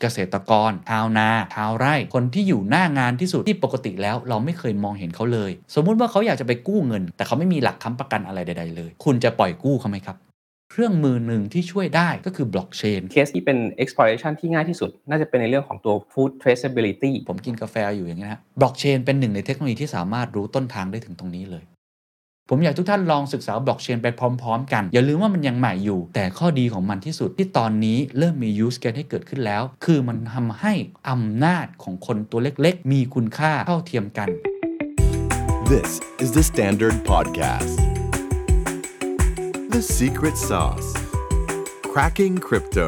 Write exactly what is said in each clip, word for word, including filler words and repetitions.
เกษตรกรชาวนาชาวไร่คนที่อยู่หน้างานที่สุดที่ปกติแล้วเราไม่เคยมองเห็นเขาเลยสมมุติว่าเขาอยากจะไปกู้เงินแต่เขาไม่มีหลักค้ำประกันอะไรใดๆเลยคุณจะปล่อยกู้เขาไหมครับเครื่องมือหนึ่งที่ช่วยได้ก็คือบล็อกเชนเคสที่เป็น exploration ที่ง่ายที่สุดน่าจะเป็นในเรื่องของตัว food traceability ผมกินกาแฟอยู่อย่างนี้นะบล็อกเชนเป็นหนึ่งในเทคโนโลยีที่สามารถรู้ต้นทางได้ถึงตรงนี้เลยผมอยากทุกท่านลองศึกษาบล็อกเชนไปพร้อมๆกันอย่าลืมว่ามันยังใหม่อยู่แต่ข้อดีของมันที่สุดที่ตอนนี้เริ่มมี use case ให้เกิดขึ้นแล้วคือมันทำให้อำนาจของคนตัวเล็กๆมีคุณค่าเท่าเทียมกัน This is the Standard Podcast The Secret Sauce Cracking Crypto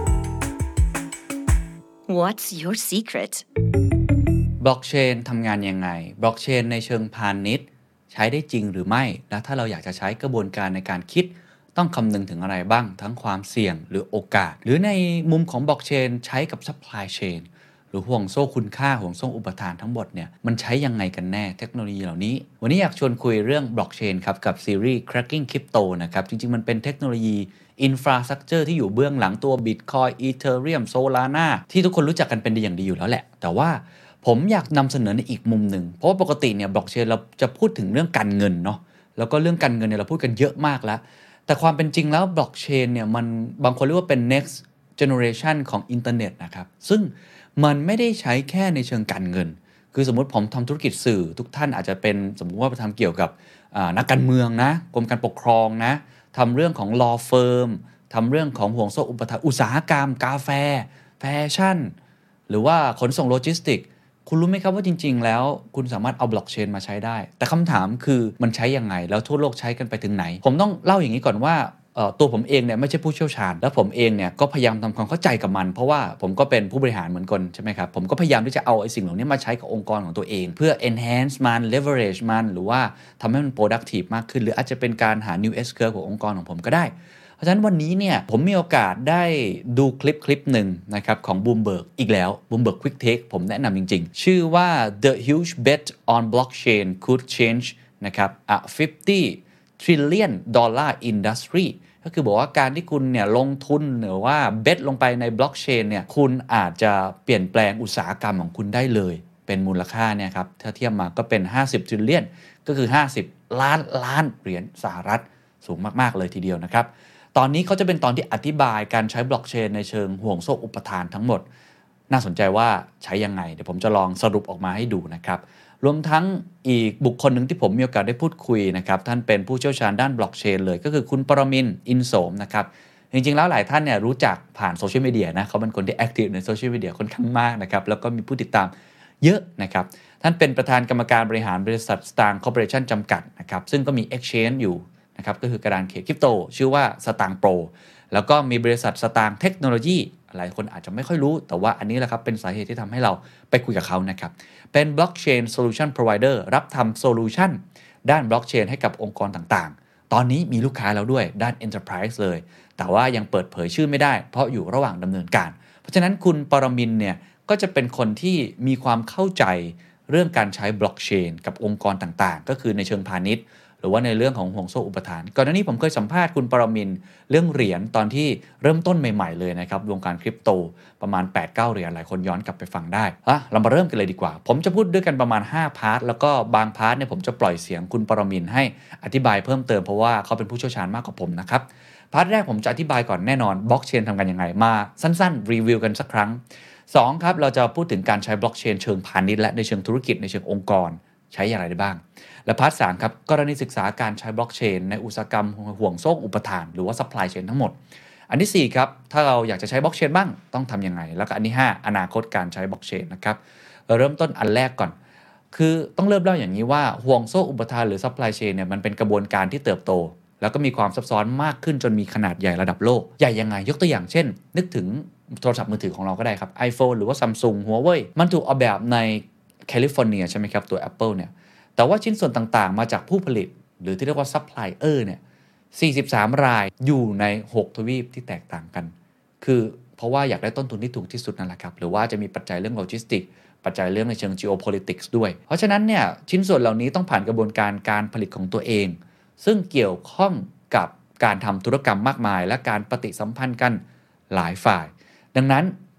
What's your secret บล็อกเชนทำงานยังไงบล็อกเชนในเชิงพาณิชย์ใช้ได้จริงหรือไม่และถ้าเราอยากจะใช้กระบวนการในการคิดต้องคำนึงถึงอะไรบ้างทั้งความเสี่ยงหรือโอกาสหรือในมุมของบล็อกเชนใช้กับซัพพลายเชนหรือห่วงโซ่คุณค่าห่วงโซ่อุปทานทั้งหมดเนี่ยมันใช้ยังไงกันแน่เทคโนโลยีเหล่านี้วันนี้อยากชวนคุยเรื่องบล็อกเชนครับกับซีรีส์ Cracking Crypto นะครับจริงๆมันเป็นเทคโนโลยีอินฟราสตรัคเจอร์ที่อยู่เบื้องหลังตัว Bitcoin Ethereum Solana ที่ทุกคนรู้จักกันเป็นอย่างดีอยู่แล้วแหละแต่ว่าผมอยากนำเสนอในอีกมุมหนึ่งเพราะว่าปกติเนี่ยบล็อกเชนเราจะพูดถึงเรื่องการเงินเนาะแล้วก็เรื่องการเงินเนี่ยเราพูดกันเยอะมากแล้วแต่ความเป็นจริงแล้วบล็อกเชนเนี่ยมันบางคนเรียกว่าเป็น next generation ของอินเทอร์เน็ตนะครับซึ่งมันไม่ได้ใช้แค่ในเชิงการเงินคือสมมุติผมทำธุรกิจสื่อทุกท่านอาจจะเป็นสมมุติว่าไปทำเกี่ยวกับนักการเมืองนะกรมการปกครองนะทำเรื่องของ law firm ทำเรื่องของห่วงโซ่อุปทานอุตสาหกรรมกาแฟแฟชั่นหรือว่าขนส่งโลจิสติกคุณรู้ไหมครับว่าจริงๆแล้วคุณสามารถเอาบล็อกเชนมาใช้ได้แต่คำถามคือมันใช้ยังไงแล้วทั่วโลกใช้กันไปถึงไหนผมต้องเล่าอย่างนี้ก่อนว่าตัวผมเองเนี่ยไม่ใช่ผู้เชี่ยวชาญแล้วผมเองเนี่ยก็พยายามทำความเข้าใจกับมันเพราะว่าผมก็เป็นผู้บริหารเหมือนกันใช่ไหมครับผมก็พยายามที่จะเอาไอ้สิ่งเหล่านี้มาใช้กับองค์กรของตัวเองเพื่อ enhance มัน leverage มันหรือว่าทำให้มัน productive มากขึ้นหรืออาจจะเป็นการหา new S curve ขององค์กรของผมก็ได้เพราะฉะนั้นวันนี้เนี่ยผมมีโอกาสได้ดูคลิปคลิปหนึ่งนะครับของ Bloomberg อีกแล้ว Bloomberg Quick Take ผมแนะนำจริงๆชื่อว่า The Huge Bet on Blockchain Could Change นะครับ a ห้าสิบ trillion dollar industry ก็คือบอกว่าการที่คุณเนี่ยลงทุนหรือว่าเบทลงไปในบล็อกเชนเนี่ยคุณอาจจะเปลี่ยนแปลงอุตสาหกรรมของคุณได้เลยเป็นมูลค่าเนี่ยครับถ้าเทียบมาก็เป็นห้าสิบ trillion ก็คือห้าสิบล้านล้านเหรียญสหรัฐสูงมากๆเลยทีเดียวนะครับตอนนี้เขาจะเป็นตอนที่อธิบายการใช้บล็อกเชนในเชิงห่วงโซ่อุปทานทั้งหมดน่าสนใจว่าใช้ยังไงเดี๋ยวผมจะลองสรุปออกมาให้ดูนะครับรวมทั้งอีกบุคคลหนึ่งที่ผมมีโอกาสได้พูดคุยนะครับท่านเป็นผู้เชี่ยวชาญด้านบล็อกเชนเลยก็คือคุณปรมินทร์อินโสมนะครับจริงๆแล้วหลายท่านเนี่ยรู้จักผ่านโซเชียลมีเดียนะเขาเป็นคนที่แอคทีฟในโซเชียลมีเดียค่อนข้างมากนะครับแล้วก็มีผู้ติดตามเยอะนะครับท่านเป็นประธานกรรมการบริหารบริษัท Stang Corporation จำกัดนะครับซึ่งก็มี Exchange อยู่นะครับก็คือกระดานเขตคริปโตชื่อว่า Stang Pro แล้วก็มีบริษัท Stang Technology หลายคนอาจจะไม่ค่อยรู้แต่ว่าอันนี้แหละครับเป็นสาเหตุที่ทำให้เราไปคุยกับเขานะครับเป็น Blockchain Solution Provider รับทำโซลูชันด้านบล็อกเชนให้กับองค์กรต่างๆตอนนี้มีลูกค้าแล้วด้วยด้าน Enterprise เลยแต่ว่ายังเปิดเผยชื่อไม่ได้เพราะอยู่ระหว่างดำเนินการเพราะฉะนั้นคุณปรมินทร์เนี่ยก็จะเป็นคนที่มีความเข้าใจเรื่องการใช้บล็อกเชนกับองค์กรต่างๆก็คือในเชิงพาณิชย์หรือว่าในเรื่องของห่วงโซ่อุปทานก่อนหน้านี้ผมเคยสัมภาษณ์คุณปรมินทร์เรื่องเหรียญตอนที่เริ่มต้นใหม่ๆเลยนะครับวงการคริปโตประมาณ แปดเก้า เหรียญหลายคนย้อนกลับไปฟังได้อ่ะเรามาเริ่มกันเลยดีกว่าผมจะพูดด้วยกันประมาณห้าพาร์ทแล้วก็บางพาร์ทเนี่ยผมจะปล่อยเสียงคุณปรมินทร์ให้อธิบายเพิ่มเติมเพราะว่าเขาเป็นผู้เชี่ยวชาญมากกว่าผมนะครับพาร์ทแรกผมจะอธิบายก่อนแน่นอนบล็อกเชนทำกันยังไงมาสั้นๆรีวิวกันสักครั้งสองครับเราจะพูดถึงการใช้บล็อกเชนเชิงพาณิชย์และในเชิงธุรกิจในเชิงองค์กรใช้อย่างไรได้บ้างและพาร์ทสามครับกรณีศึกษาการใช้บล็อกเชนในอุตสาหกรรมห่วงโซ่อุปทานหรือว่าซัพพลายเชนทั้งหมดอันที่สี่ครับถ้าเราอยากจะใช้บล็อกเชนบ้างต้องทำยังไงแล้วก็อันที่ห้าอนาคตการใช้บล็อกเชนนะครับเราเริ่มต้นอันแรกก่อนคือต้องเริ่มเล่าอย่างนี้ว่าห่วงโซ่อุปทานหรือซัพพลายเชนเนี่ยมันเป็นกระบวนการที่เติบโตแล้วก็มีความซับซ้อนมากขึ้นจนมีขนาดใหญ่ระดับโลกใหญ่ยังไงยกตัวอย่างเช่นนึกถึงโทรศัพท์มือถือของเราก็ได้ครับ iPhone หรือว่า Samsung Huawei มันถูกออกแบบในแคลิฟอร์เนียใช่ไหมครับตัว Apple เนี่ยแต่ว่าชิ้นส่วนต่างๆมาจากผู้ผลิตหรือที่เรียกว่าซัพพลายเออร์เนี่ยสี่สิบสามรายอยู่ในหกทวีปที่แตกต่างกันคือเพราะว่าอยากได้ต้นทุนที่ถูกที่สุดนั่นแหละครับหรือว่าจะมีปัจจัยเรื่องโลจิสติกปัจจัยเรื่องในเชิง geopolitics ด้วยเพราะฉะนั้นเนี่ยชิ้นส่วนเหล่านี้ต้องผ่านกระบวนการการผลิตของตัวเองซึ่งเกี่ยวข้องกับการทำธุรกรรมมากมายและการปฏิสัมพันธ์กันหลายฝ่ายดังนั้น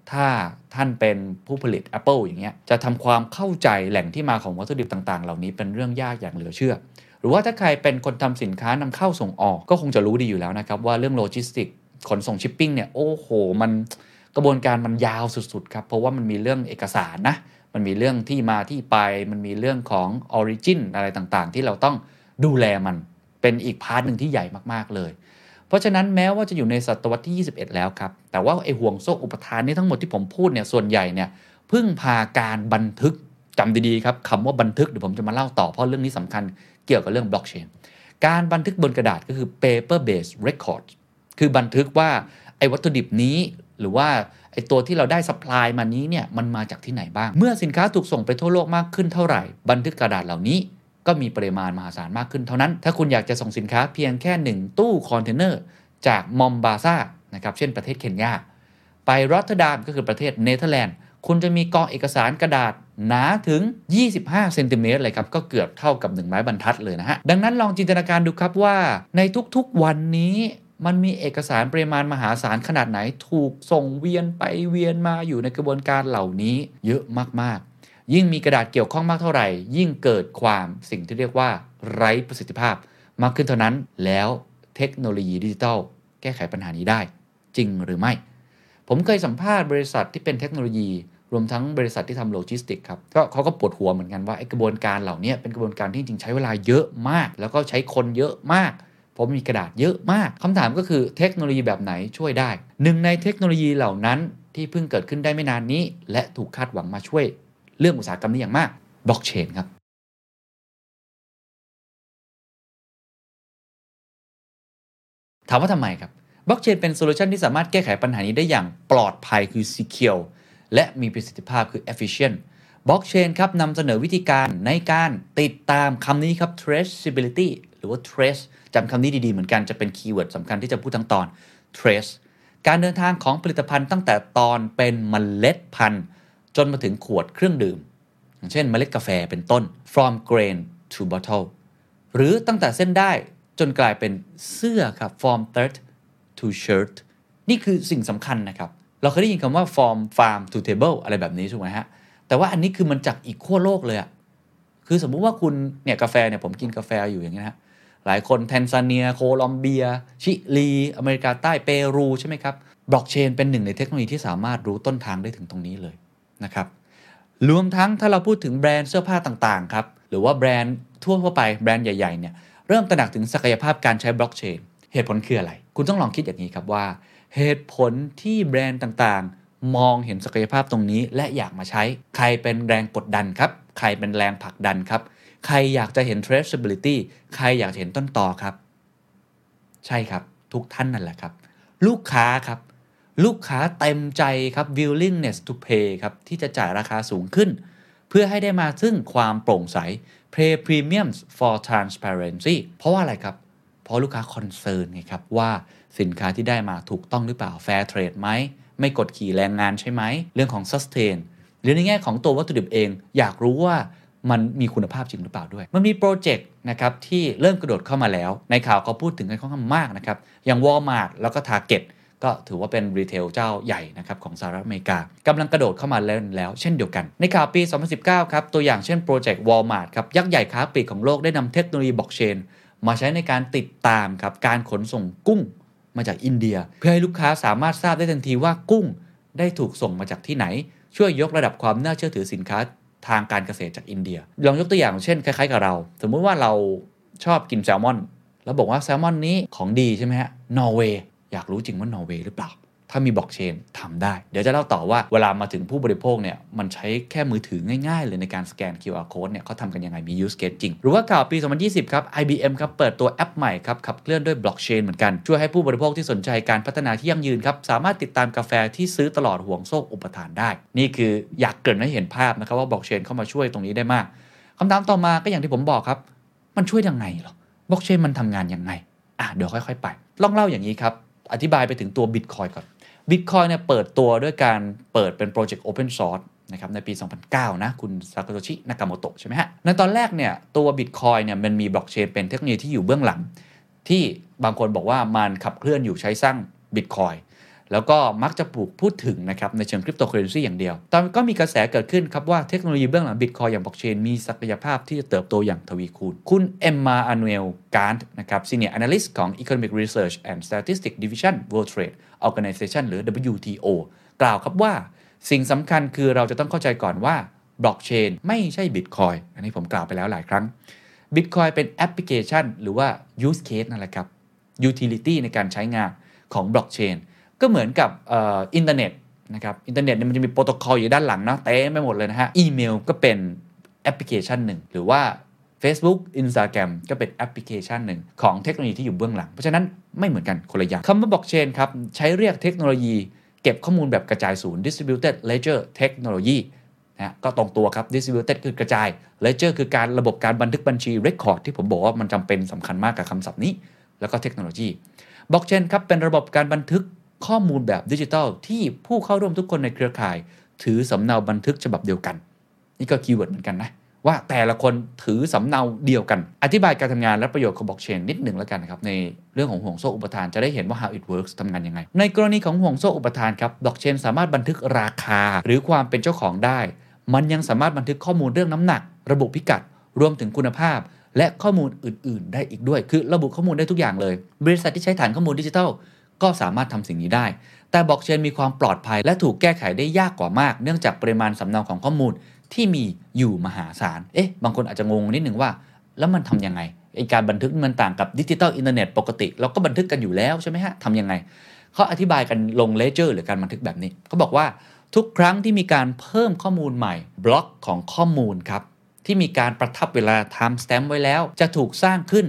ถ้าท่านเป็นผู้ผลิต Apple อย่างเงี้ยจะทำความเข้าใจแหล่งที่มาของวัตถุดิบต่างๆเหล่านี้เป็นเรื่องยากอย่างเหลือเชื่อหรือว่าถ้าใครเป็นคนทำสินค้านำเข้าส่งออกก็คงจะรู้ดีอยู่แล้วนะครับว่าเรื่องโลจิสติกขนส่งชิปปิ้งเนี่ยโอ้โหมันกระบวนการมันยาวสุดๆครับเพราะว่ามันมีเรื่องเอกสารนะมันมีเรื่องที่มาที่ไปมันมีเรื่องของ origin อะไรต่างๆที่เราต้องดูแลมันเป็นอีกพาร์ทนึงที่ใหญ่มากๆเลยเพราะฉะนั้นแม้ว่าจะอยู่ในศตวรรษที่ยี่สิบเอ็ดแล้วครับแต่ว่าไอ้ห่วงโซ่อุปทานนี้ทั้งหมดที่ผมพูดเนี่ยส่วนใหญ่เนี่ยพึ่งพาการบันทึกจำดีๆครับคำว่าบันทึกเดี๋ยวผมจะมาเล่าต่อเพราะเรื่องนี้สำคัญเกี่ยวกับเรื่องบล็อกเชนการบันทึกบนกระดาษก็คือ paper based record คือบันทึกว่าไอ้วัตถุดิบนี้หรือว่าไอ้ตัวที่เราได้ซัพพลายมานี้เนี่ยมันมาจากที่ไหนบ้างเมื่อสินค้าถูกส่งไปทั่วโลกมากขึ้นเท่าไหร่บันทึกกระดาษเหล่านี้ก็มีปริมาณมหาศาลมากขึ้นเท่านั้นถ้าคุณอยากจะส่งสินค้าเพียงแค่หนึ่งตู้คอนเทนเนอร์จากมอมบาซานะครับเช่นประเทศเคนยาไปรอตเตอร์ดัมก็คือประเทศเนเธอร์แลนด์คุณจะมีกองเอกสารกระดาษหนาถึงยี่สิบห้าเซนติเมตรเลยครับก็เกือบเท่ากับหนึ่งไม้บรรทัดเลยนะฮะดังนั้นลองจินตนาการดูครับว่าในทุกๆวันนี้มันมีเอกสารปริมาณมหาศาลขนาดไหนถูกส่งเวียนไปเวียนมาอยู่ในกระบวนการเหล่านี้เยอะมากๆยิ่งมีกระดาษเกี่ยวข้องมากเท่าไหร่ยิ่งเกิดความสิ่งที่เรียกว่าไร้ประสิทธิภาพมากขึ้นเท่านั้นแล้วเทคโนโลยีดิจิทัลแก้ไขปัญหานี้ได้จริงหรือไม่ผมเคยสัมภาษณ์บริษัทที่เป็นเทคโนโลยีรวมทั้งบริษัทที่ทำโลจิสติกครับก็เขาก็ปวดหัวเหมือนกันว่าไอ้กระบวนการเหล่านี้เป็นกระบวนการที่จริงใช้เวลาเยอะมากแล้วก็ใช้คนเยอะมากเพราะมีกระดาษเยอะมากคำถามก็คือเทคโนโลยีแบบไหนช่วยได้หนึ่งในเทคโนโลยีเหล่านั้นที่เพิ่งเกิดขึ้นได้ไม่นานนี้และถูกคาดหวังมาช่วยเรื่องอุตสาหกรรมนี้อย่างมากบล็อกเชนครับถามว่าทำไมครับบล็อกเชนเป็นโซลูชันที่สามารถแก้ไขปัญหานี้ได้อย่างปลอดภัยคือ secure และมีประสิทธิภาพคือ efficient บล็อกเชนครับนำเสนอวิธีการในการติดตามคำนี้ครับ traceability หรือว่า trace จำคำนี้ดีๆเหมือนกันจะเป็นคีย์เวิร์ดสำคัญที่จะพูดทั้งตอน trace การเดินทางของผลิตภัณฑ์ตั้งแต่ตอนเป็นเมล็ดพันธุ์จนมาถึงขวดเครื่องดื่มอย่างเช่นเมล็ดกาแฟเป็นต้น from grain to bottle หรือตั้งแต่เส้นได้จนกลายเป็นเสื้อครับ from thread to shirt นี่คือสิ่งสำคัญนะครับเราเคยได้ยินคำว่า from farm to table อะไรแบบนี้ถูกไหมฮะแต่ว่าอันนี้คือมันจากอีกขั้วโลกเลยอะคือสมมุติว่าคุณเนี่ยกาแฟเนี่ยผมกินกาแฟอยู่อย่างนี้นะหลายคนแทนซาเนียโคลอมเบียชิลีอเมริกาใต้เปรูใช่ไหมครับบล็อกเชนเป็นหนึ่งในเทคโนโลยีที่สามารถรู้ต้นทางได้ถึงตรงนี้เลยนะครับรวมทั้งถ้าเราพูดถึงแบรนด์เสื้อผ้าต่างๆครับหรือว่าแบรนด์ทั่วๆไปแบรนด์ใหญ่ๆเนี่ยเริ่มตระหนักถึงศักยภาพการใช้บล็อกเชนเหตุผลคืออะไรคุณต้องลองคิดอย่างนี้ครับว่าเหตุผลที่แบรนด์ต่างๆมองเห็นศักยภาพตรงนี้และอยากมาใช้ใครเป็นแรงกดดันครับใครเป็นแรงผลักดันครับใครอยากจะเห็น traceability ใครอยากจะเห็นต้นตอครับใช่ครับทุกท่านนั่นแหละครับลูกค้าครับลูกค้าเต็มใจครับ willingness to pay ครับที่จะจ่ายราคาสูงขึ้นเพื่อให้ได้มาซึ่งความโปร่งใส pay premiums for transparency เพราะว่าอะไรครับเพราะลูกค้าคอนเซิร์นไงครับว่าสินค้าที่ได้มาถูกต้องหรือเปล่า fair trade ไหมไม่กดขี่แรงงานใช่ไหมเรื่องของ sustain หรือในแง่ของตัววัตถุดิบเองอยากรู้ว่ามันมีคุณภาพจริงหรือเปล่าด้วยมันมีโปรเจกต์นะครับที่เริ่มกระโดดเข้ามาแล้วในข่าวเขาพูดถึงกันค่อนข้างมากนะครับอย่าง Walmart แล้วก็ Target ก็ถือว่าเป็นรีเทลเจ้าใหญ่นะครับของสหรัฐอเมริกากำลังกระโดดเข้ามาแล้วแล้วเช่นเดียวกันในข่าวปีสองพันสิบเก้าครับตัวอย่างเช่นโปรเจกต์ Walmart ครับยักษ์ใหญ่ค้าปลีกของโลกได้นำเทคโนโลยีบล็อกเชนมาใช้ในการติดตามครับการขนส่งกุ้งมาจากอินเดียเพื่อให้ลูกค้าสามารถทราบได้ทันทีว่ากุ้งได้ถูกส่งมาจากที่ไหนช่วยยกระดับความน่าเชื่อถือสินค้าทางการเกษตรจากอินเดียลองยกตัวอย่างเช่นคล้ายๆกับเราสมมุติว่าเราชอบกินแซลมอนแล้วบอกว่าแซลมอนนี้ของดีใช่ไหมฮะนอร์เวย์อยากรู้จริงว่านอร์เวย์หรือเปล่าถ้ามีบล็อกเชนทำได้เดี๋ยวจะเล่าต่อว่าเวลามาถึงผู้บริโภคเนี่ยมันใช้แค่มือถือง่ายๆเลยในการสแกน คิว อาร์ Code เนี่ยเขาทำกันยังไงมี use case จริงหรือว่าข่าวปีสองพันยี่สิบครับ ไอ บี เอ็ม ครับเปิดตัวแอปใหม่ครับขับเคลื่อนด้วยบล็อกเชนเหมือนกันช่วยให้ผู้บริโภคที่สนใจการพัฒนาที่ยั่งยืนครับสามารถติดตามกาแฟที่ซื้อตลอดห่วงโซ่อุปทานได้นี่คืออยากเกริ่นให้เห็นภาพนะครับว่าบล็อกเชนเข้ามาช่วยตรงนี้ได้มากคำถามต่อมาก็อย่างที่ผมบอกครับมันช่วยยังไงหรอบล็อกเชนมันทำงานยังไงอ่ะเดี๋ยวค่อยๆไปลองเล่าอย่างนี้ครับอธิบายไปถึงตัว Bitcoin ก่อนBitcoin เนี่ยเปิดตัวด้วยการเปิดเป็นโปรเจกต์ Open Source นะครับในปีสองพันเก้านะคุณซากาโตชิ นากาโมโตะใช่ไหมฮะในตอนแรกเนี่ยตัว Bitcoin เนี่ยมันมีบล็อกเชนเป็นเทคโนโลยีที่อยู่เบื้องหลังที่บางคนบอกว่ามันขับเคลื่อนอยู่ใช้สร้าง Bitcoin แล้วก็มักจะถูกพูดถึงนะครับในเชิงคริปโตเคอเรนซีอย่างเดียวตอนก็มีกระแสเกิดขึ้นครับว่าเทคโนโลยีเบื้องหลัง Bitcoin อย่างบล็อกเชนมีศักยภาพที่จะเติบโตอย่างทวีคูณคุณเอมมาอานูเอลการ์ดนะครับ Senior Analyst ของ Economic Research and Statistics Division World Trade Organization หรือ ดับเบิลยู ที โอ กล่าวครับว่าสิ่งสำคัญคือเราจะต้องเข้าใจก่อนว่าบล็อกเชนไม่ใช่ Bitcoin อันนี้ผมกล่าวไปแล้วหลายครั้ง Bitcoin เป็นแอปพลิเคชันหรือว่า use case นั่นแหละครับ utility ในการใช้งานของบล็อกเชนก็เหมือนกับเอ่ออินเทอร์เน็ตนะครับอินเทอร์เน็ตเนี่ยมันจะมีโปรโตคอลอยู่ด้านหลังเนาะเต็มไปหมดเลยนะฮะอีเมลก็เป็นแอปพลิเคชันหนึ่งหรือว่า Facebook Instagram ก็เป็นแอปพลิเคชันหนึ่งของเทคโนโลยีที่อยู่เบื้องหลังเพราะฉะนั้นไม่เหมือนกันคนละอย่างคำว่าบล็อกเชนครับใช้เรียกเทคโนโลยีเก็บข้อมูลแบบกระจายศูนย์ distributed ledger technology นะก็ตรงตัวครับ distributed คือกระจาย ledger คือการระบบการบันทึกบัญชี record ที่ผมบอกว่ามันจำเป็นสำคัญมากกับคำศัพท์นี้แล้วก็เทคโนโลยีบล็อกเชนครับเป็นระบบการบันทึกข้อมูลแบบดิจิทัลที่ผู้เข้าร่วมทุกคนในเครือข่ายถือสำเนาบันทึกฉบับเดียวกันนี่ก็คีย์เวิร์ดเหมือนกันนะว่าแต่ละคนถือสำเนาเดียวกันอธิบายการทำงานและประโยชน์ของบล็อกเชนนิดหนึ่งแล้วกันนะครับในเรื่องของห่วงโซ่อุปทานจะได้เห็นว่า how it works ทำงานยังไงในกรณีของห่วงโซ่อุปทานครับบล็อกเชนสามารถบันทึกราคาหรือความเป็นเจ้าของได้มันยังสามารถบันทึกข้อมูลเรื่องน้ำหนักระบุพิกัดรวมถึงคุณภาพและข้อมูลอื่นๆได้อีกด้วยคือระบุข้อมูลได้ทุกอย่างเลยบริษัทที่ใช้ฐานข้อมูลดิจิทัลก็สามารถทำสิ่งนี้ได้แต่บล็อกเชนมีความปลอดภัยและถูกแก้ไขได้ยากกว่ามากเนื่องจากปริมาณสำเนาของข้อมูลที่มีอยู่มหาศาลเอ๊ะบางคนอาจจะงงนิดนึงว่าแล้วมันทำยังไงไอ้การบันทึกมันต่างกับดิจิทัลอินเทอร์เน็ตปกติเราก็บันทึกกันอยู่แล้วใช่ไหมฮะทำยังไงเขาอธิบายกันลงเลเจอร์หรือการบันทึกแบบนี้เขาบอกว่าทุกครั้งที่มีการเพิ่มข้อมูลใหม่บล็อกของข้อมูลครับที่มีการประทับเวลา time stamp ไว้แล้วจะถูกสร้างขึ้น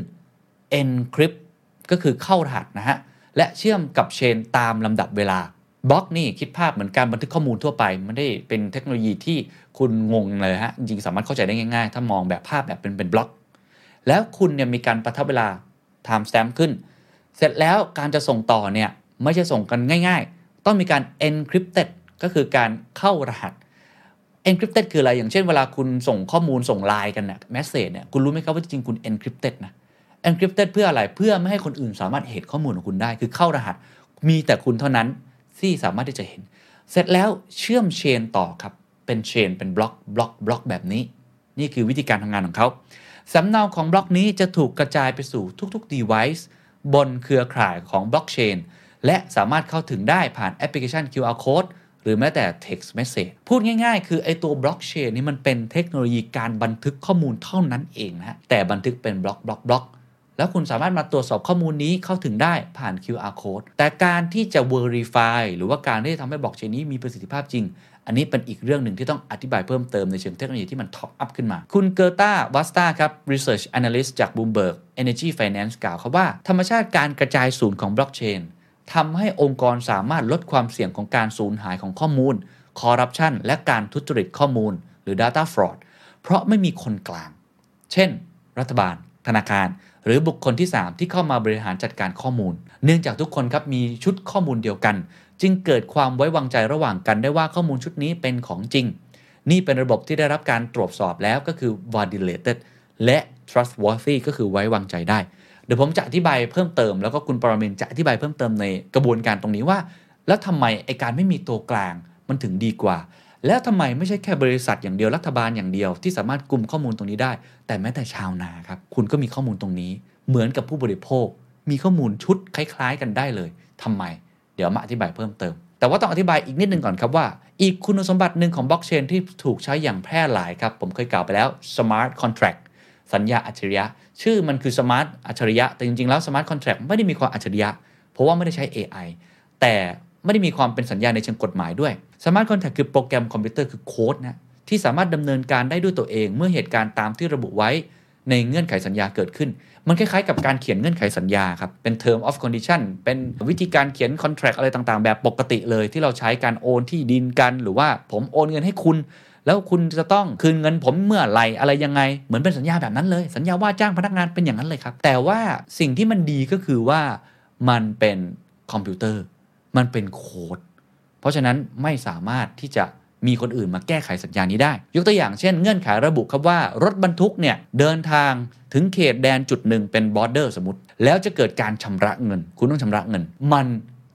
encrypt ก็คือเข้ารหัสนะฮะและเชื่อมกับเชนตามลำดับเวลาบล็อกนี่คิดภาพเหมือนการบันทึกข้อมูลทั่วไปไม่ได้เป็นเทคโนโลยีที่คุณงงเลยฮะจริงๆสามารถเข้าใจได้ง่ายๆถ้ามองแบบภาพแบบเป็นเป็นบล็อกแล้วคุณเนี่ยมีการประทับเวลา time stamp ขึ้นเสร็จแล้วการจะส่งต่อเนี่ยไม่ใช่ส่งกันง่ายๆต้องมีการ encrypted ก็คือการเข้ารหัส encrypted คืออะไรอย่างเช่นเวลาคุณส่งข้อมูลส่งไลน์กันเนี่ย message เนี่ยคุณรู้ไหมครับว่าจริงๆคุณ encrypted นะ encrypted เพื่ออะไรเพื่อไม่ให้คนอื่นสามารถเห็นข้อมูลของคุณได้คือเข้ารหัสมีแต่คุณเท่านั้นที่สามารถที่จะเห็นเสร็จแล้วเชื่อมเชนต่อครับเป็นเชนเป็นบล็อกบล็อกบล็อกแบบนี้นี่คือวิธีการทำงานของเขาสำเนาของบล็อกนี้จะถูกกระจายไปสู่ทุกๆ device บนเครือข่ายของบล็อกเชนและสามารถเข้าถึงได้ผ่านแอปพลิเคชัน คิว อาร์ Code หรือแม้แต่ text message พูดง่ายๆคือไอตัวบล็อกเชนนี่มันเป็นเทคโนโลยีการบันทึกข้อมูลเท่านั้นเองนะแต่บันทึกเป็นบล็อกบล็อกบล็อกแล้วคุณสามารถมาตรวจสอบข้อมูลนี้เข้าถึงได้ผ่าน คิว อาร์ Code แต่การที่จะ Verify หรือว่าการที่จะทำให้บล็อกเชนนี้มีประสิทธิภาพจริงอันนี้เป็นอีกเรื่องหนึ่งที่ต้องอธิบายเพิ่มเติมในเชิงเทคโนโลยีที่มันท็อปอัพขึ้นมาคุณเกอร์ตาวัสตาครับ Research Analyst จาก Bloomberg Energy Finance กล่าวครับว่าธรรมชาติการกระจายศูนย์ของบล็อกเชนทำให้องค์กรสามารถลดความเสี่ยงของการสูญหายของข้อมูลคอร์รัปชันและการทุจริตข้อมูลหรือ Data Fraud เพราะไม่มีคนกลางเช่นรัฐบาลธนาคารหรือบุคคลที่สามที่เข้ามาบริหารจัดการข้อมูลเนื่องจากทุกคนครับมีชุดข้อมูลเดียวกันจึงเกิดความไว้วางใจระหว่างกันได้ว่าข้อมูลชุดนี้เป็นของจริงนี่เป็นระบบที่ได้รับการตรวจสอบแล้วก็คือ validated และ trustworthy ก็คือไว้วางใจได้เดี๋ยวผมจะอธิบายเพิ่มเติมแล้วก็คุณปรเมศจะอธิบายเพิ่มเติมในกระบวนการตรงนี้ว่าแล้วทำไมไอการไม่มีตัวกลางมันถึงดีกว่าแล้วทำไมไม่ใช่แค่บริษัทอย่างเดียวรัฐบาลอย่างเดียวที่สามารถกุมข้อมูลตรงนี้ได้แต่แม้แต่ชาวนาครับคุณก็มีข้อมูลตรงนี้เหมือนกับผู้บริโภคมีข้อมูลชุดคล้ายๆกันได้เลยทำไมเดี๋ยวมาอธิบายเพิ่มเติมแต่ว่าต้องอธิบายอีกนิดนึงก่อนครับว่าอีกคุณสมบัติหนึ่งของบล็อกเชนที่ถูกใช้อย่างแพร่หลายครับผมเคยกล่าวไปแล้ว smart contract สัญญาอัจฉริยะชื่อมันคือ smart อัจฉริยะแต่จริงๆแล้ว smart contract ไม่ได้มีความอัจฉริยะเพราะว่าไม่ได้ใช้ เอ ไอ แต่ไม่ได้มีความเป็นสัญญาในเชิงกฎหมายด้วย Smart Contract คือโปรแกรมคอมพิวเตอร์คือโค้ดนะที่สามารถดำเนินการได้ด้วยตัวเองเมื่อเหตุการณ์ตามที่ระบุไว้ในเงื่อนไขสัญญาเกิดขึ้นมันคล้ายๆกับการเขียนเงื่อนไขสัญญาครับเป็น term of condition เป็นวิธีการเขียน contract อะไรต่างๆแบบปกติเลยที่เราใช้การโอนที่ดินกันหรือว่าผมโอนเงินให้คุณแล้วคุณจะต้องคืนเงินผมเมื่อไหร่อะไรยังไงเหมือนเป็นสัญญาแบบนั้นเลยสัญญาว่าจ้างพนักงานเป็นอย่างนั้นเลยครับแต่ว่าสิ่งที่มันดีก็คือว่ามันเป็นคอมพิวเตอร์มันเป็นโค้ดเพราะฉะนั้นไม่สามารถที่จะมีคนอื่นมาแก้ไขสัญญานี้ได้ยกตัวอย่างเช่นเงื่อนไขระบุครับว่ารถบรรทุกเนี่ยเดินทางถึงเขตแดนจุดหนึ่งเป็นบอร์เดอร์สมมติแล้วจะเกิดการชำระเงินคุณต้องชำระเงินมัน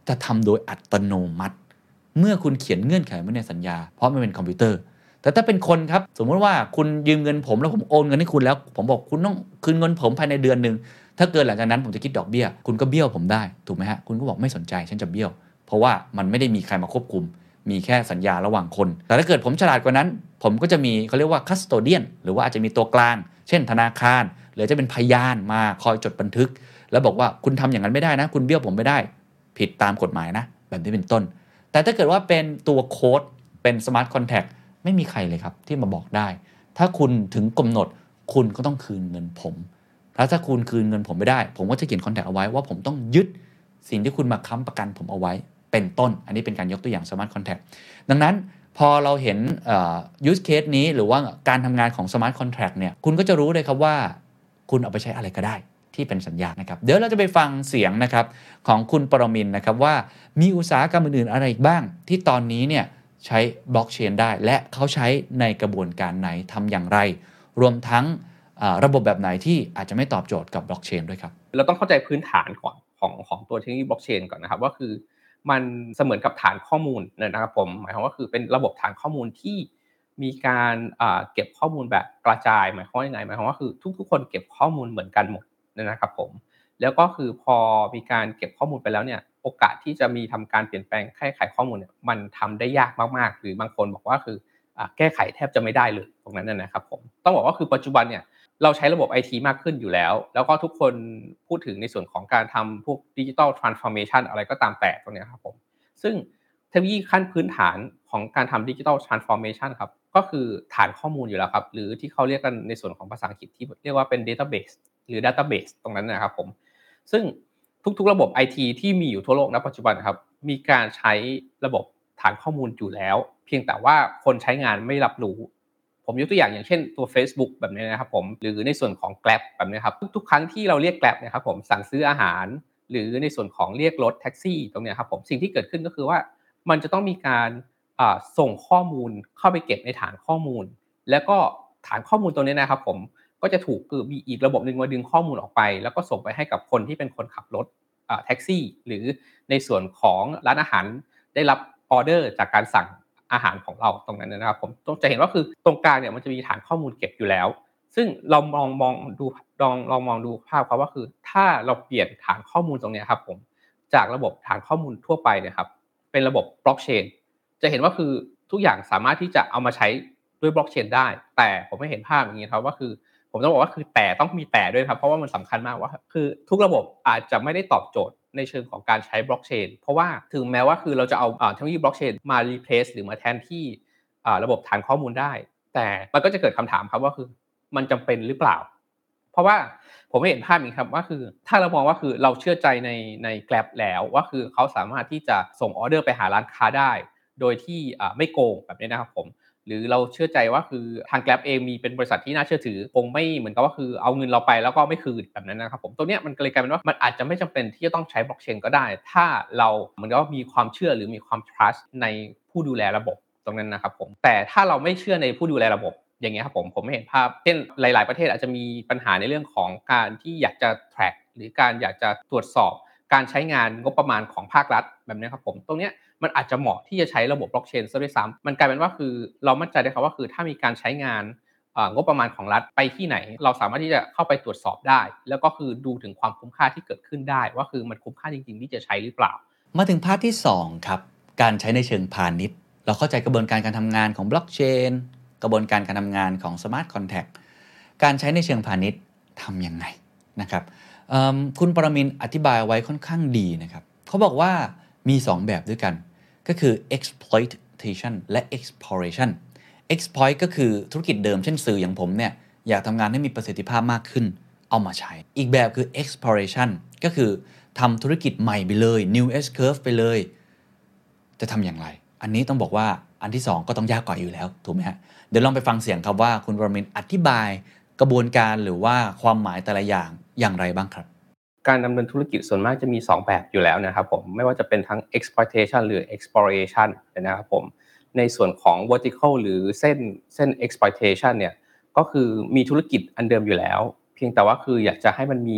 จะทำโดยอัตโนมัติเมื่อคุณเขียนเงื่อนไขไว้ในสัญญาเพราะมันเป็นคอมพิวเตอร์แต่ถ้าเป็นคนครับสมมติว่าคุณยืมเงินผมแล้วผมโอนเงินให้คุณแล้วผมบอกคุณต้องคืนเงินผมภายในเดือนนึงถ้าเกินหลังจากนั้นผมจะคิดดอกเบี้ยคุณก็เบี้ยวผมได้ถูกไหมฮะคุณก็บอกไม่สนใจฉันจะเบี้ยวเพราะว่ามันไม่ได้มีใครมาควบคุมมีแค่สัญญาระหว่างคนแต่ถ้าเกิดผมฉลาดกว่านั้นผมก็จะมีเขาเรียกว่าคัสโตเดียนหรือว่าอาจจะมีตัวกลางเช่นธนาคารหรือจะเป็นพยานมาคอยจดบันทึกแล้วบอกว่าคุณทำอย่างนั้นไม่ได้นะคุณเบี้ยวผมไม่ได้ผิดตามกฎหมายนะแบบนี้เป็นต้นแต่ถ้าเกิดว่าเป็นตัวโค้ดเป็นสมาร์ทคอนแท็กไม่มีใครเลยครับที่มาบอกได้ถ้าคุณถึงกำหนดคุณก็ต้องคืนเงินผมแล้วถ้าคุณคืนเงินผมไม่ได้ผมก็จะเขียนคอนแท็กเอาไว้ว่าผมต้องยึดสิ่งที่คุณมาค้ำประกันผมเอาไว้เป็นต้นอันนี้เป็นการยกตัวอย่าง Smart Contract ดังนั้นพอเราเห็นเอ่อ use case นี้หรือว่าการทำงานของ Smart Contract เนี่ยคุณก็จะรู้เลยครับว่าคุณเอาไปใช้อะไรก็ได้ที่เป็นสัญญานะครับเดี๋ยวเราจะไปฟังเสียงนะครับของคุณปรมินทร์นะครับว่ามีอุตสาหกรรมอื่นๆอะไรอีกบ้างที่ตอนนี้เนี่ยใช้บล็อกเชนได้และเขาใช้ในกระบวนการไหนทำอย่างไรรวมทั้งระบบแบบไหนที่อาจจะไม่ตอบโจทย์กับบล็อกเชนด้วยครับเราต้องเข้าใจพื้นฐานก่อนของของตัวเทคโนโลยีบล็อกเชนก่อนนะครับว่าคือมันเสมือนกับฐานข้อมูลนะครับผมหมายความว่าคือเป็นระบบฐานข้อมูลที่มีการเก็บข้อมูลแบบกระจายหมายความว่ายังไงหมายความว่าคือทุกๆคนเก็บข้อมูลเหมือนกันหมดนะครับผมแล้วก็คือพอมีการเก็บข้อมูลไปแล้วเนี่ยโอกาสที่จะมีทำการเปลี่ยนแปลงแก้ไขข้อมูลเนี่ยมันทำได้ยากมากๆหรือบางคนบอกว่าคือแก้ไขแทบจะไม่ได้เลยตรงนั้นนะครับผมต้องบอกว่าคือปัจจุบันเนี่ยเราใช้ระบบ ไอ ที มากขึ้นอยู่แล้วแล้วก็ทุกคนพูดถึงในส่วนของการทำพวก Digital Transformation อะไรก็ตามแต่ตรงนี้ครับผมซึ่งเทคโนโลยีขั้นพื้นฐานของการทำ Digital Transformation ครับก็คือฐานข้อมูลอยู่แล้วครับหรือที่เขาเรียกกันในส่วนของภาษาอังกฤษที่เรียกว่าเป็น Database หรือ Database ตรงนั้นนะครับผมซึ่งทุกๆระบบ ไอ ที ที่มีอยู่ทั่วโลกณปัจจุบันครับมีการใช้ระบบฐานข้อมูลอยู่แล้วเพียงแต่ว่าคนใช้งานไม่รับรู้ผมยกตัวอย่างอย่างเช่นตัว Facebook แบบนี้นะครับผมหรือในส่วนของ Grab แบบนี้ครับทุกๆครั้งที่เราเรียก Grab เนี่ยครับผมสั่งซื้ออาหารหรือในส่วนของเรียกรถแท็กซี่ตรงนี้ครับผมสิ่งที่เกิดขึ้นก็คือว่ามันจะต้องมีการส่งข้อมูลเข้าไปเก็บในฐานข้อมูลแล้วก็ฐานข้อมูลตรงนี้นะครับผมก็จะถูกคือมีอีกระบบนึงมาดึงข้อมูลออกไปแล้วก็ส่งไปให้กับคนที่เป็นคนขับรถแท็กซี่หรือในส่วนของร้านอาหารได้รับออเดอร์จากการสั่งอาหารของเราตรงนั้นนะครับผมจะเห็นว่าคือตรงกลางเนี่ยมันจะมีฐานข้อมูลเก็บอยู่แล้วซึ่งเรามองมองดูลองลองมองดูภาพครับว่าคือถ้าเราเปลี่ยนฐานข้อมูลตรงนี้ครับผมจากระบบฐานข้อมูลทั่วไปเนี่ยครับเป็นระบบบล็อกเชนจะเห็นว่าคือทุกอย่างสามารถที่จะเอามาใช้ด้วยบล็อกเชนได้แต่ผมไม่เห็นภาพอย่างนี้ครับว่าคือผมต้องบอกว่าคือแต่ต้องมีแต่ด้วยครับเพราะว่ามันสำคัญมากว่าคือทุกระบบอาจจะไม่ได้ตอบโจทย์ในเชิงของการใช้บล็อกเชนเพราะว่าถึงแม้ว่าคือเราจะเอาเทคโนโลยีบล็อกเชนมา replace หรือมาแทนที่ระบบฐานข้อมูลได้แต่มันก็จะเกิดคำถามครับว่าคือมันจำเป็นหรือเปล่าเพราะว่าผมไม่เห็นภาพนี้ครับว่าคือถ้าเรามองว่าคือเราเชื่อใจในใน Grab แล้วว่าคือเขาสามารถที่จะส่งออเดอร์ไปหาร้านค้าได้โดยที่ไม่โกงแบบนี้นะครับผมหรือเราเชื่อใจว่าคือทาง Grab เองมีเป็นบริษัทที่น่าเชื่อถือคงไม่เหมือนกับว่าคือเอาเงินเราไปแล้วก็ไม่คืนแบบนั้นนะครับผมตัวเนี้ยมันเลยกลายเป็นว่ามันอาจจะไม่จำเป็นที่จะต้องใช้บล็อกเชนก็ได้ถ้าเราเหมือนกับว่ามีความเชื่อหรือมีความ trust ในผู้ดูแลระบบตรงนั้นนะครับผมแต่ถ้าเราไม่เชื่อในผู้ดูแลระบบอย่างเงี้ยครับผมผมไม่เห็นภาพเช่นหลายๆประเทศอาจจะมีปัญหาในเรื่องของการที่อยากจะ track หรือการอยากจะตรวจสอบการใช้งานงบประมาณของภาครัฐแบบนี้ครับผมตรงเนี้ยมันอาจจะเหมาะที่จะใช้ระบบบล็อกเชนซะด้วยซ้ำมันกลายเป็นว่าคือเรามั่นใจได้ครับว่าคือถ้ามีการใช้งานงบประมาณของรัฐไปที่ไหนเราสามารถที่จะเข้าไปตรวจสอบได้แล้วก็คือดูถึงความคุ้มค่าที่เกิดขึ้นได้ว่าคือมันคุ้มค่าจริงๆที่จะใช้หรือเปล่ามาถึงพาร์ทที่สองครับการใช้ในเชิงพาณิชย์เราเข้าใจกระบวนการการทำงานของบล็อกเชนกระบวนการการทำงานของ Smart Contract การใช้ในเชิงพาณิชย์ทำยังไงนะครับคุณปรมินทร์อธิบายไว้ค่อนข้างดีนะครับเขาบอกว่ามีสองแบบด้วยกันก็คือ exploitation และ exploration exploit ก็คือธุรกิจเดิมเช่นสื่ออย่างผมเนี่ยอยากทำงานให้มีประสิทธิภาพมากขึ้นเอามาใช้อีกแบบคือ exploration ก็คือทำธุรกิจใหม่ไปเลย new S curve ไปเลยจะทำอย่างไรอันนี้ต้องบอกว่าอันที่สองก็ต้องยากกว่าอยู่แล้วถูกไหมฮะเดี๋ยวลองไปฟังเสียงครับว่าคุณปรมินทร์อธิบายกระบวนการหรือว่าความหมายแต่ละอย่างอย่างไรบ้างครับการดำเนินธุรกิจส่วนมากจะมีสองแบบอยู่แล้วนะครับผมไม่ว่าจะเป็นทั้ง exploitation หรือ exploration นะครับผมในส่วนของ vertical หรือเส้นเส้น exploitation เนี่ยก็คือมีธุรกิจอันเดิมอยู่แล้วเพียงแต่ว่าคืออยากจะให้มันมี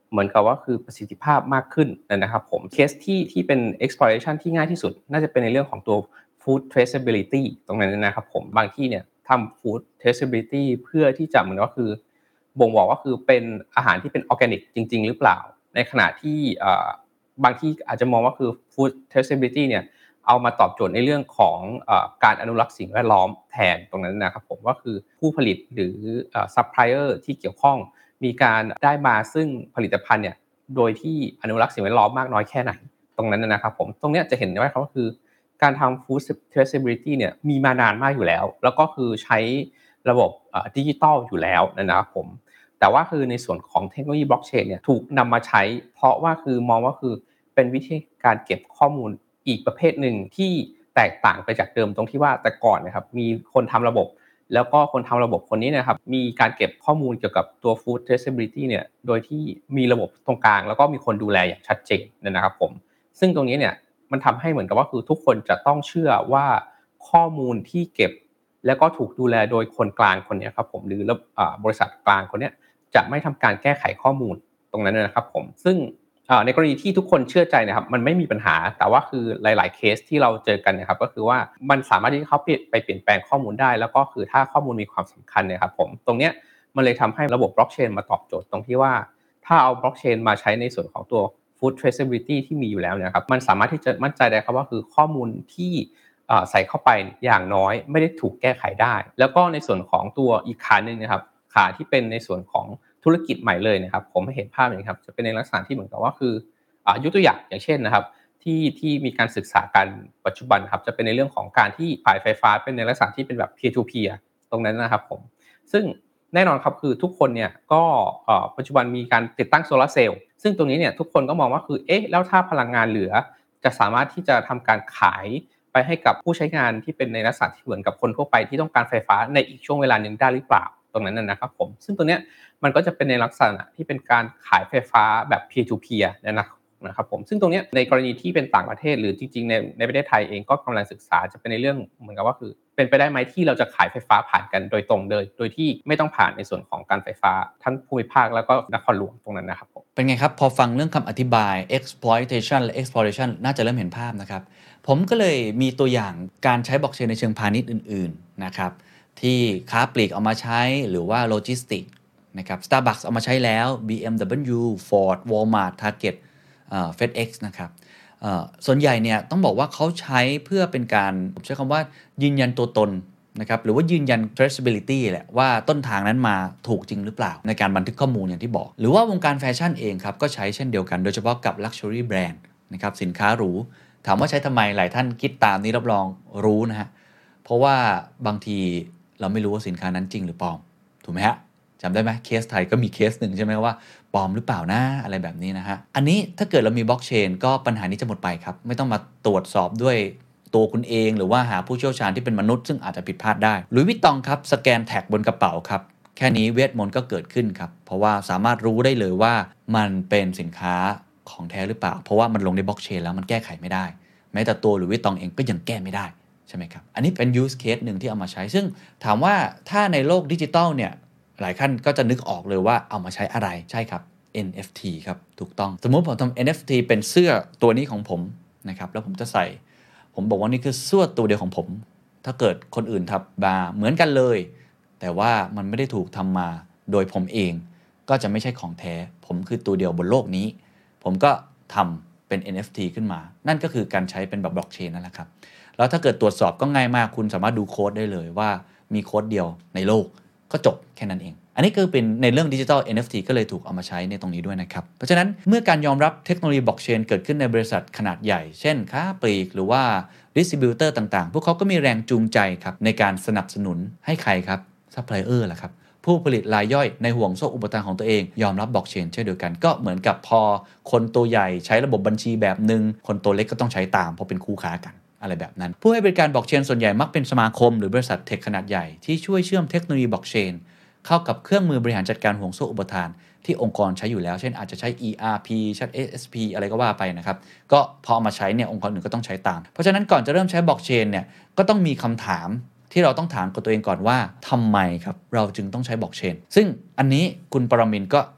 เหมือนกับว่าคือประสิทธิภาพมากขึ้นนะครับผมเคสที่ที่เป็น exploration ที่ง่ายที่สุดน่าจะเป็นในเรื่องของตัว food traceability ตรงนั้นนะครับผมบางที่เนี่ยทำ food traceability เพื่อที่จะเหมือนว่าคือบ่งบอกว่าคือเป็นอาหารที่เป็นออร์แกนิกจริงๆหรือเปล่าในขณะที่บางที่อาจจะมองว่าคือ food traceability เนี่ยเอามาตอบโจทย์ในเรื่องของเอ่อการอนุรักษ์สิ่งแวดล้อมแทนตรงนั้นนะครับผมว่าคือผู้ผลิตหรือเอ่อซัพพลายเออร์ที่เกี่ยวข้องมีการได้มาซึ่งผลิตภัณฑ์เนี่ยโดยที่อนุรักษ์สิ่งแวดล้อมมากน้อยแค่ไหนตรงนั้นนะครับผมตรงเนี้ยจะเห็นได้ว่าเขาก็คือการทำ food traceability เนี่ยมีมานานมากอยู่แล้วแล้วก็คือใช้ระบบเอ่อดิจิทัลอยู่แล้วนะครับผมแต่ว่าคือในส่วนของเทคโนโลยีบล็อกเชนเนี่ยถูกนำมาใช้เพราะว่าคือมองว่าคือเป็นวิธีการเก็บข้อมูลอีกประเภทหนึ่งที่แตกต่างไปจากเดิมตรงที่ว่าแต่ก่อนนะครับมีคนทำระบบแล้วก็คนทำระบบคนนี้นะครับมีการเก็บข้อมูลเกี่ยวกับตัว food traceability เนี่ยโดยที่มีระบบตรงกลางแล้วก็มีคนดูแลอย่างชัดเจนนะครับผมซึ่งตรงนี้เนี่ยมันทำให้เหมือนกับว่าคือทุกคนจะต้องเชื่อว่าข้อมูลที่เก็บแล้วก็ถูกดูแลโดยคนกลางคนนี้ครับผมหรือบริษัทกลางคนนี้จะไม่ทำการแก้ไขข้อมูลตรงนั้นนะครับผมซึ่งในกรณีที่ทุกคนเชื่อใจนะครับมันไม่มีปัญหาแต่ว่าคือหลายๆเคสที่เราเจอกันนะครับก็คือว่ามันสามารถที่เขาไปเปลี่ยนแปลงข้อมูลได้แล้วก็คือถ้าข้อมูลมีความสำคัญเนี่ยครับผมตรงเนี้ยมันเลยทำให้ระบบบล็อกเชนมาตอบโจทย์ตรงที่ว่าถ้าเอาบล็อกเชนมาใช้ในส่วนของตัว food traceability ที่มีอยู่แล้วเนี่ยครับมันสามารถที่จะมั่นใจได้ครับว่าคือข้อมูลที่ใส่เข้าไปอย่างน้อยไม่ได้ถูกแก้ไขได้แล้วก็ในส่วนของตัวอีกขานึงนะครับขาที่เป็นในส่วนของธุรกิจใหม่เลยนะครับผมให้เห็นภาพอย่างนี้ครับจะเป็นในลักษณะที่เหมือนกับว่าคืออ่ายกตัวอย่างอย่างเช่นนะครับที่ที่มีการศึกษากันปัจจุบันครับจะเป็นในเรื่องของการที่ขายไฟฟ้าเป็นในลักษณะที่เป็นแบบ peer to peer ตรงนั้นนะครับผมซึ่งแน่นอนครับคือทุกคนเนี่ยก็เอ่อปัจจุบันมีการติดตั้งโซลาร์เซลล์ซึ่งตรงนี้เนี่ยทุกคนก็มองว่าคือเอ๊ะแล้วถ้าพลังงานเหลือจะสามารถที่จะทำการขายไปให้กับผู้ใช้งานที่เป็นในลักษณะที่เหมือนกับคนทั่วไปที่ต้องการไฟฟ้าในอีกช่วงเวลานึงได้หรือเปล่าตรงนั้นนะครับผมซึ่งตัวเนี้ยมันก็จะเป็นในลักษณะที่เป็นการขายไฟฟ้าแบบ peer to peer นะครับนะครับผมซึ่งตรงนี้ในกรณีที่เป็นต่างประเทศหรือจริงๆในในประเทศไทยเองก็กำลังศึกษาจะเป็นในเรื่องเหมือนกับว่าคือเป็นไปได้ไหมที่เราจะขายไฟฟ้าผ่านกันโดยตรงเลยโดยที่ไม่ต้องผ่านในส่วนของการไฟฟ้าทั้งภูมิภาคแล้วก็นครหลวงตรงนั้นนะครับผมเป็นไงครับพอฟังเรื่องคำอธิบาย exploitation และ exploration น่าจะเริ่มเห็นภาพนะครับผมก็เลยมีตัวอย่างการใช้บล็อกเชนในเชิงพาณิชย์อื่นๆนะครับที่ค้าปลีกเอามาใช้หรือว่าโลจิสติกนะครับ Starbucks เอามาใช้แล้ว บี เอ็ม ดับเบิลยู Ford Walmart Target เอ่อ FedEx นะครับเอ่อส่วนใหญ่เนี่ยต้องบอกว่าเขาใช้เพื่อเป็นการผมใช้คำว่ายืนยันตัวตนนะครับหรือว่ายืนยัน traceability แหละว่าต้นทางนั้นมาถูกจริงหรือเปล่าในการบันทึกข้อมูลอย่างที่บอกหรือว่าวงการแฟชั่นเองครับก็ใช้เช่นเดียวกันโดยเฉพาะกับ luxury brand นะครับสินค้าหรูถามว่าใช้ทำไมหลายท่านคิดตามนี้รับรองรู้นะฮะเพราะว่าบางทีเราไม่รู้ว่าสินค้านั้นจริงหรือปลอมถูกไหมฮะจำได้ไหมเคสไทยก็มีเคสหนึ่งใช่ไหมว่าปลอมหรือเปล่านะอะไรแบบนี้นะฮะอันนี้ถ้าเกิดเรามีบล็อกเชนก็ปัญหานี้จะหมดไปครับไม่ต้องมาตรวจสอบด้วยตัวคุณเองหรือว่าหาผู้เชี่ยวชาญที่เป็นมนุษย์ซึ่งอาจจะผิดพลาดได้หลุยส์วิตตองครับสแกนแท็กบนกระเป๋าครับแค่นี้เวทมนต์ก็เกิดขึ้นครับเพราะว่าสามารถรู้ได้เลยว่ามันเป็นสินค้าของแท้หรือเปล่าเพราะว่ามันลงในบล็อกเชนแล้วมันแก้ไขไม่ได้แม้แต่ตัวหลุยส์วิตตองเองก็ยังแก้ไม่ได้ใช่ไหมครับอันนี้เป็น use case หนึ่งที่เอามาใช้ซึ่งถามว่าถ้าในโลกดิจิตอลเนี่ยหลายท่านก็จะนึกออกเลยว่าเอามาใช้อะไรใช่ครับ เอ็น เอฟ ที ครับถูกต้องสมมุติผมทำ เอ็น เอฟ ที เป็นเสื้อตัวนี้ของผมนะครับแล้วผมจะใส่ผมบอกว่านี่คือเสื้อตัวเดียวของผมถ้าเกิดคนอื่นทำมาเหมือนกันเลยแต่ว่ามันไม่ได้ถูกทำมาโดยผมเองก็จะไม่ใช่ของแท้ผมคือตัวเดียวบนโลกนี้ผมก็ทำเป็น เอ็น เอฟ ที ขึ้นมานั่นก็คือการใช้เป็นแบบบล็อกเชนนั่นแหละครับแล้วถ้าเกิดตรวจสอบก็ง่ายมากคุณสามารถดูโค้ดได้เลยว่ามีโค้ดเดียวในโลกก็จบแค่นั้นเองอันนี้ก็เป็นในเรื่องดิจิทัล เอ็น เอฟ ที ก็เลยถูกเอามาใช้ในตรงนี้ด้วยนะครับเพราะฉะนั้นเมื่อการยอมรับเทคโนโลยีบล็อกเชนเกิดขึ้นในบริษัทขนาดใหญ่เช่นค้าปลีกหรือว่าดิสทริบิวเตอร์ต่างๆพวกเขาก็มีแรงจูงใจครับในการสนับสนุนให้ใครครับซัพพลายเออร์ล่ะครับผู้ผลิตรายย่อยในห่วงโซ่อุปทานของตัวเองยอมรับบล็อกเชนเช่นเดียวกันก็เหมือนกับพอคนตัวใหญ่ใช้ระบบบัญชีแบบนึงคนตัวเล็กก็ต้องใช้ตามเพราะเป็นคู่ค้ากันอะไรแบบนั้นผู้ให้บริการบล็อกเชนส่วนใหญ่มักเป็นสมาคมหรือบริษัทเทคขนาดใหญ่ที่ช่วยเชื่อมเทคโนโลยีบล็อกเชนเข้ากับเครื่องมือบริหารจัดการห่วงโซ่อุปทานที่องค์กรใช้อยู่แล้วเช่นอาจจะใช้ อี อาร์ พี ใช้ เอ เอส พี อะไรก็ว่าไปนะครับก็พอเอามาใช้เนี่ยองค์กรอื่นก็ต้องใช้ตามเพราะฉะนั้นก่อนจะเริ่มใช้บล็อกเชนเนี่ยก็ต้องมีคำถามที่เราต้องถามกับตัวเองก่อนว่าทำไมครับเราจึงต้องใช้บล็อกเชนซึ่งอันนี้คุณปรมินทร์ก็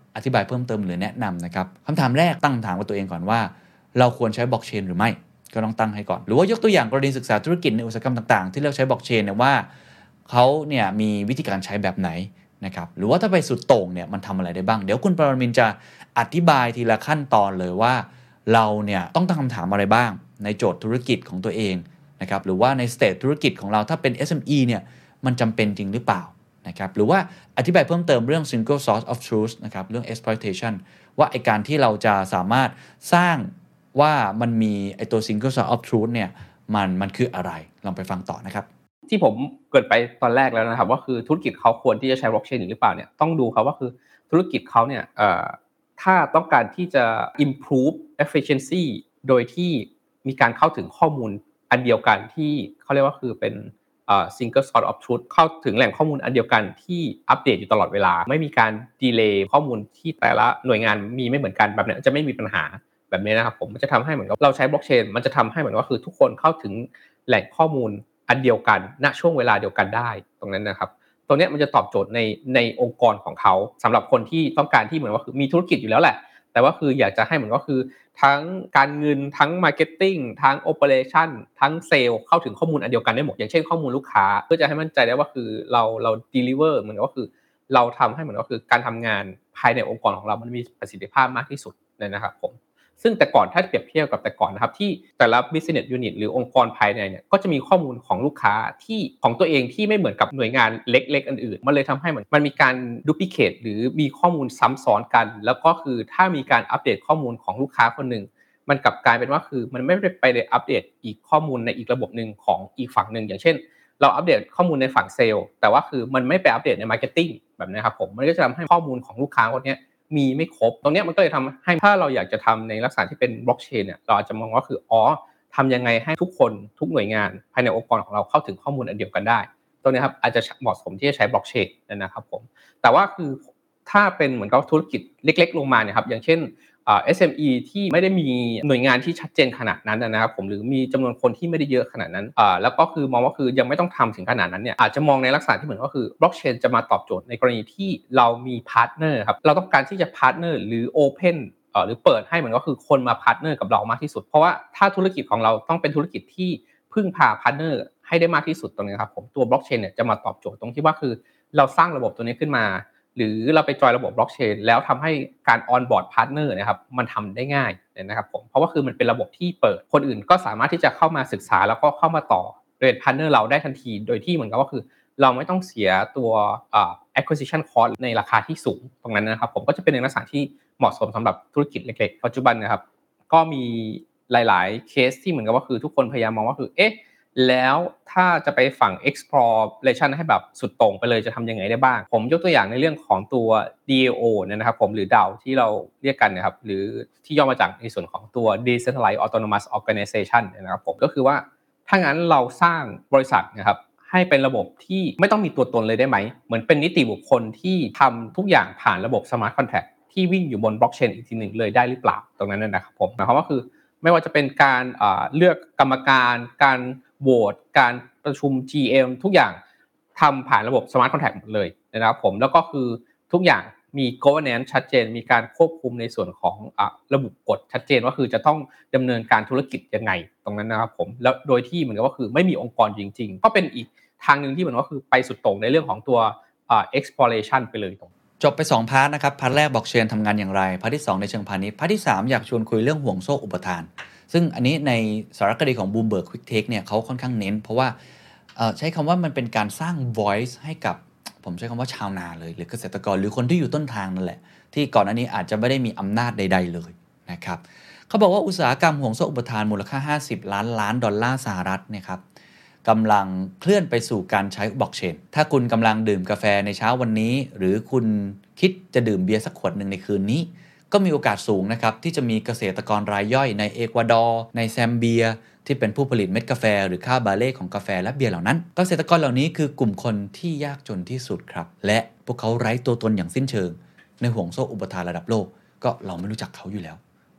อธิบายเพิ่มเติมหรือแนะนำนะครับคำถามแรกตั้งคำถามกับตัวเองก่อนว่าเราควรใช้บล็อกเชนหรือไม่ก็ต้องตั้งให้ก่อนหรือว่ายกตัวอย่างกรณีศึกษาธุรกิจในอุตสาหกรรมต่างๆที่เลือกใช้บล็อกเชนเนี่ยว่าเขาเนี่ยมีวิธีการใช้แบบไหนนะครับหรือว่าถ้าไปสุดโต่งเนี่ยมันทำอะไรได้บ้างเดี๋ยวคุณปรมินทร์จะอธิบายทีละขั้นตอนเลยว่าเราเนี่ยต้องตั้งคำถามอะไรบ้างในโจทย์ธุรกิจของตัวเองนะครับหรือว่าในสเตจธุรกิจของเราถ้าเป็น เอส เอ็ม อี เนี่ยมันจำเป็นจริงหรือเปล่านะครับหรือว่าอธิบายเพิ่มเติมเรื่อง single source of truth นะครับเรื่อง exploitation ว่าไอการที่เราจะสามารถสร้างว่ามันมีไอตัว single source of truth เนี่ยมันมันคืออะไรลองไปฟังต่อนะครับที่ผมเกิดไปตอนแรกแล้วนะครับว่าคือธุรกิจเขาควรที่จะใช้บล็อกเชนหรือเปล่าเนี่ยต้องดูครับว่าคือธุรกิจเขาเนี่ยเอ่อถ้าต้องการที่จะ improve efficiency โดยที่มีการเข้าถึงข้อมูลอันเดียวกันที่เขาเรียกว่าคือเป็นเอ่อ single source of truth เข้าถึงแหล่งข้อมูลอันเดียวกันที่อัปเดตอยู่ตลอดเวลาไม่มีการดีเลย์ข้อมูลที่แต่ละหน่วยงานมีไม่เหมือนกันแบบนี้จะไม่มีปัญหาแบบนี้นะครับผมมันจะทำให้เหมือนกับเราใช้บล็อกเชนมันจะทำให้เหมือนว่าคือทุกคนเข้าถึงแหล่งข้อมูลอันเดียวกันณช่วงเวลาเดียวกันได้ตรงนั้นนะครับตรงนี้มันจะตอบโจทย์ในในองค์กรของเขาสำหรับคนที่ต้องการที่เหมือนว่าคือมีธุรกิจอยู่แล้วแหละแต่ว่าคืออยากจะให้เหมือนว่าคือทั้งการเงินทั้งมาร์เก็ตติ้งทั้งโอเปอเรชั่นทั้งเซลล์เข้าถึงข้อมูลอันเดียวกันได้หมดอย่างเช่นข้อมูลลูกค้าเพื่อจะให้มั่นใจได้ว่าคือเราเราเดลิเวอร์เหมือนว่าคือเราทำให้เหมือนว่าคือการทำงานภายในองค์กรของเรามันมีประสิทธิภาพมากที่สุดเลยนะครับผมซึ่งแต่ก่อนถ้าเปรียบเทียบกับแต่ก่อนนะครับที่แต่ละ business unit หรือองค์กรภายในเนี่ยก็จะมีข้อมูลของลูกค้าที่ของตัวเองที่ไม่เหมือนกับหน่วยงานเล็กๆอื่นๆมันเลยทำให้เหมือนมันมีการ duplicate หรือมีข้อมูลซ้ำซ้อนกันแล้วก็คือถ้ามีการอัปเดตข้อมูลของลูกค้าคนนึงมันกลับกลายเป็นว่าคือมันไม่ได้ไปได้อัปเดตอีกข้อมูลในอีกระบบนึงของอีกฝั่งนึงอย่างเช่นเราอัปเดตข้อมูลในฝั่งเซลล์แต่ว่าคือมันไม่ไปอัปเดตใน marketing แบบนี้ครับผมมันก็จะทำให้ข้อมูลของลูกค้าคนนี้มีไม่ครบตรงนี้มันก็เลยทำให้ถ้าเราอยากจะทำในลักษณะที่เป็นบล็อกเชนเนี่ยเราอาจจะมองว่าคืออ๋อทำยังไงให้ทุกคนทุกหน่วยงานภายในองค์กรของเราเข้าถึงข้อมูลอันเดียวกันได้ตรงนี้ครับอาจจะเหมาะสมที่จะใช้บล็อกเชนนะครับผมแต่ว่าคือถ้าเป็นเหมือนกับธุรกิจเล็กๆลงมาเนี่ยครับอย่างเช่นเอ่อ เอส เอ็ม อี ที่ไม่ได้มีหน่วยงานที่ชัดเจนขนาดนั้นนะครับผมหรือมีจำนวนคนที่ไม่ได้เยอะขนาดนั้นอ่าแล้วก็คือมองว่าคือยังไม่ต้องทำถึงขนาดนั้นเนี่ยอาจจะมองในลักษณะที่เหมือนก็คือบล็อกเชนจะมาตอบโจทย์ในกรณีที่เรามีพาร์ทเนอร์ครับเราต้องการที่จะพาร์ทเนอร์หรือโอเพนเอ่อหรือเปิดให้เหมือนก็คือคนมาพาร์ทเนอร์กับเรามากที่สุดเพราะว่าถ้าธุรกิจของเราต้องเป็นธุรกิจที่พึ่งพาพาร์ทเนอร์ให้ได้มากที่สุดตรงนี้ครับผมตัวบล็อกเชนเนี่ยจะมาตอบโจทย์ตรงที่ว่าคือเราสร้างระบบตัวนี้ขึ้นมาหรือเราไปจอยระบบบล็อกเชนแล้วทำให้การออนบอร์ดพาร์ทเนอร์นะครับมันทำได้ง่ายนะครับผมเพราะว่าคือมันเป็นระบบที่เปิดคนอื่นก็สามารถที่จะเข้ามาศึกษาแล้วก็เข้ามาต่อเรทพาร์ทเนอร์เราได้ทันทีโดยที่เหมือนกับว่าคือเราไม่ต้องเสียตัวเอ่อ acquisition cost ในราคาที่สูงตรงนั้นนะครับผมก็จะเป็นในลักษณะที่เหมาะสมสำหรับธุรกิจเล็กๆปัจจุบันนะครับก็มีหลายๆเคสที่เหมือนกับว่าคือทุกคนพยายามมองว่าคือเอ๊ะแล้วถ้าจะไปฝั่ง exploration ให้แบบสุดโต่งไปเลยจะทำยังไงได้บ้างผมยกตัวอย่างในเรื่องของตัว ดี เอ โอ เนี่ยนะครับผมหรือ ดา โอ ที่เราเรียกกันนะครับหรือที่ย่อมาจากในส่วนของตัว Decentralized Autonomous Organization นะครับผมก็คือว่าถ้างั้นเราสร้างบริษัทนะครับให้เป็นระบบที่ไม่ต้องมีตัวตนเลยได้ไหมเหมือนเป็นนิติบุคคลที่ทำทุกอย่างผ่านระบบ Smart Contract ที่วิ่งอยู่บนบล็อกเชนอีกทีหนึ่งเลยได้หรือเปล่าตรงนั้นนะครับผมหมายความว่าคือไม่ว่าจะเป็นการเลือกกรรมการการโหวตการประชุม จี เอ็ม ทุกอย่างทำผ่านระบบ Smart Contract หมดเลยนะครับผมแล้วก็คือทุกอย่างมี governance ชัดเจนมีการควบคุมในส่วนของอ่ะระบบกฎชัดเจนว่าคือจะต้องดำเนินการธุรกิจยังไงตรงนั้นนะครับผมแล้วโดยที่เหมือนกับว่าคือไม่มีองค์กรจริงๆก็เป็นอีกทางนึงที่เหมือนว่าคือไปสุดโต่งในเรื่องของตัวอ่า exploration ไปเลยตรงจบไปสองพาร์ทนะครับพาร์ทแรกบล็อกเชนทำงานอย่างไรพาร์ทที่สองในเชิงพาณิชย์พาร์ทที่สามอยากชวนคุยเรื่องห่วงโซ่อุปทานซึ่งอันนี้ในสารคดีของ Bloomberg Quick Take เนี่ยเขาค่อนข้างเน้นเพราะว่าใช้คำว่ามันเป็นการสร้าง voice ให้กับผมใช้คำว่าชาวนาเลยหรือเกษตรกรหรือคนที่อยู่ต้นทางนั่นแหละที่ก่อนหน้านี้อาจจะไม่ได้มีอำนาจใดๆเลยนะครับเขาบอกว่าอุตสาหกรรมห่วงโซ่อุปทานมูลค่าห้าสิบล้านล้านดอลลาร์สหรัฐนะครับกำลังเคลื่อนไปสู่การใช้บล็อกเชนถ้าคุณกำลังดื่มกาแฟในเช้าวันนี้หรือคุณคิดจะดื่มเบียร์สักขวดหนึ่งในคืนนี้ก็มีโอกาสสูงนะครับที่จะมีเกษตรกรรายย่อยในเอกวาดอร์ในแซมเบียที่เป็นผู้ผลิตเม็ดกาแฟหรือค่าบาเล่ของกาแฟและเบียร์เหล่านั้นเกษตรกรเหล่านี้คือกลุ่มคนที่ยากจนที่สุดครับและพวกเขาไร้ตัวตนอย่างสิ้นเชิงในห่วงโซ่อุปทานระดับโลกก็เราไม่รู้จักเขาอยู่แล้ว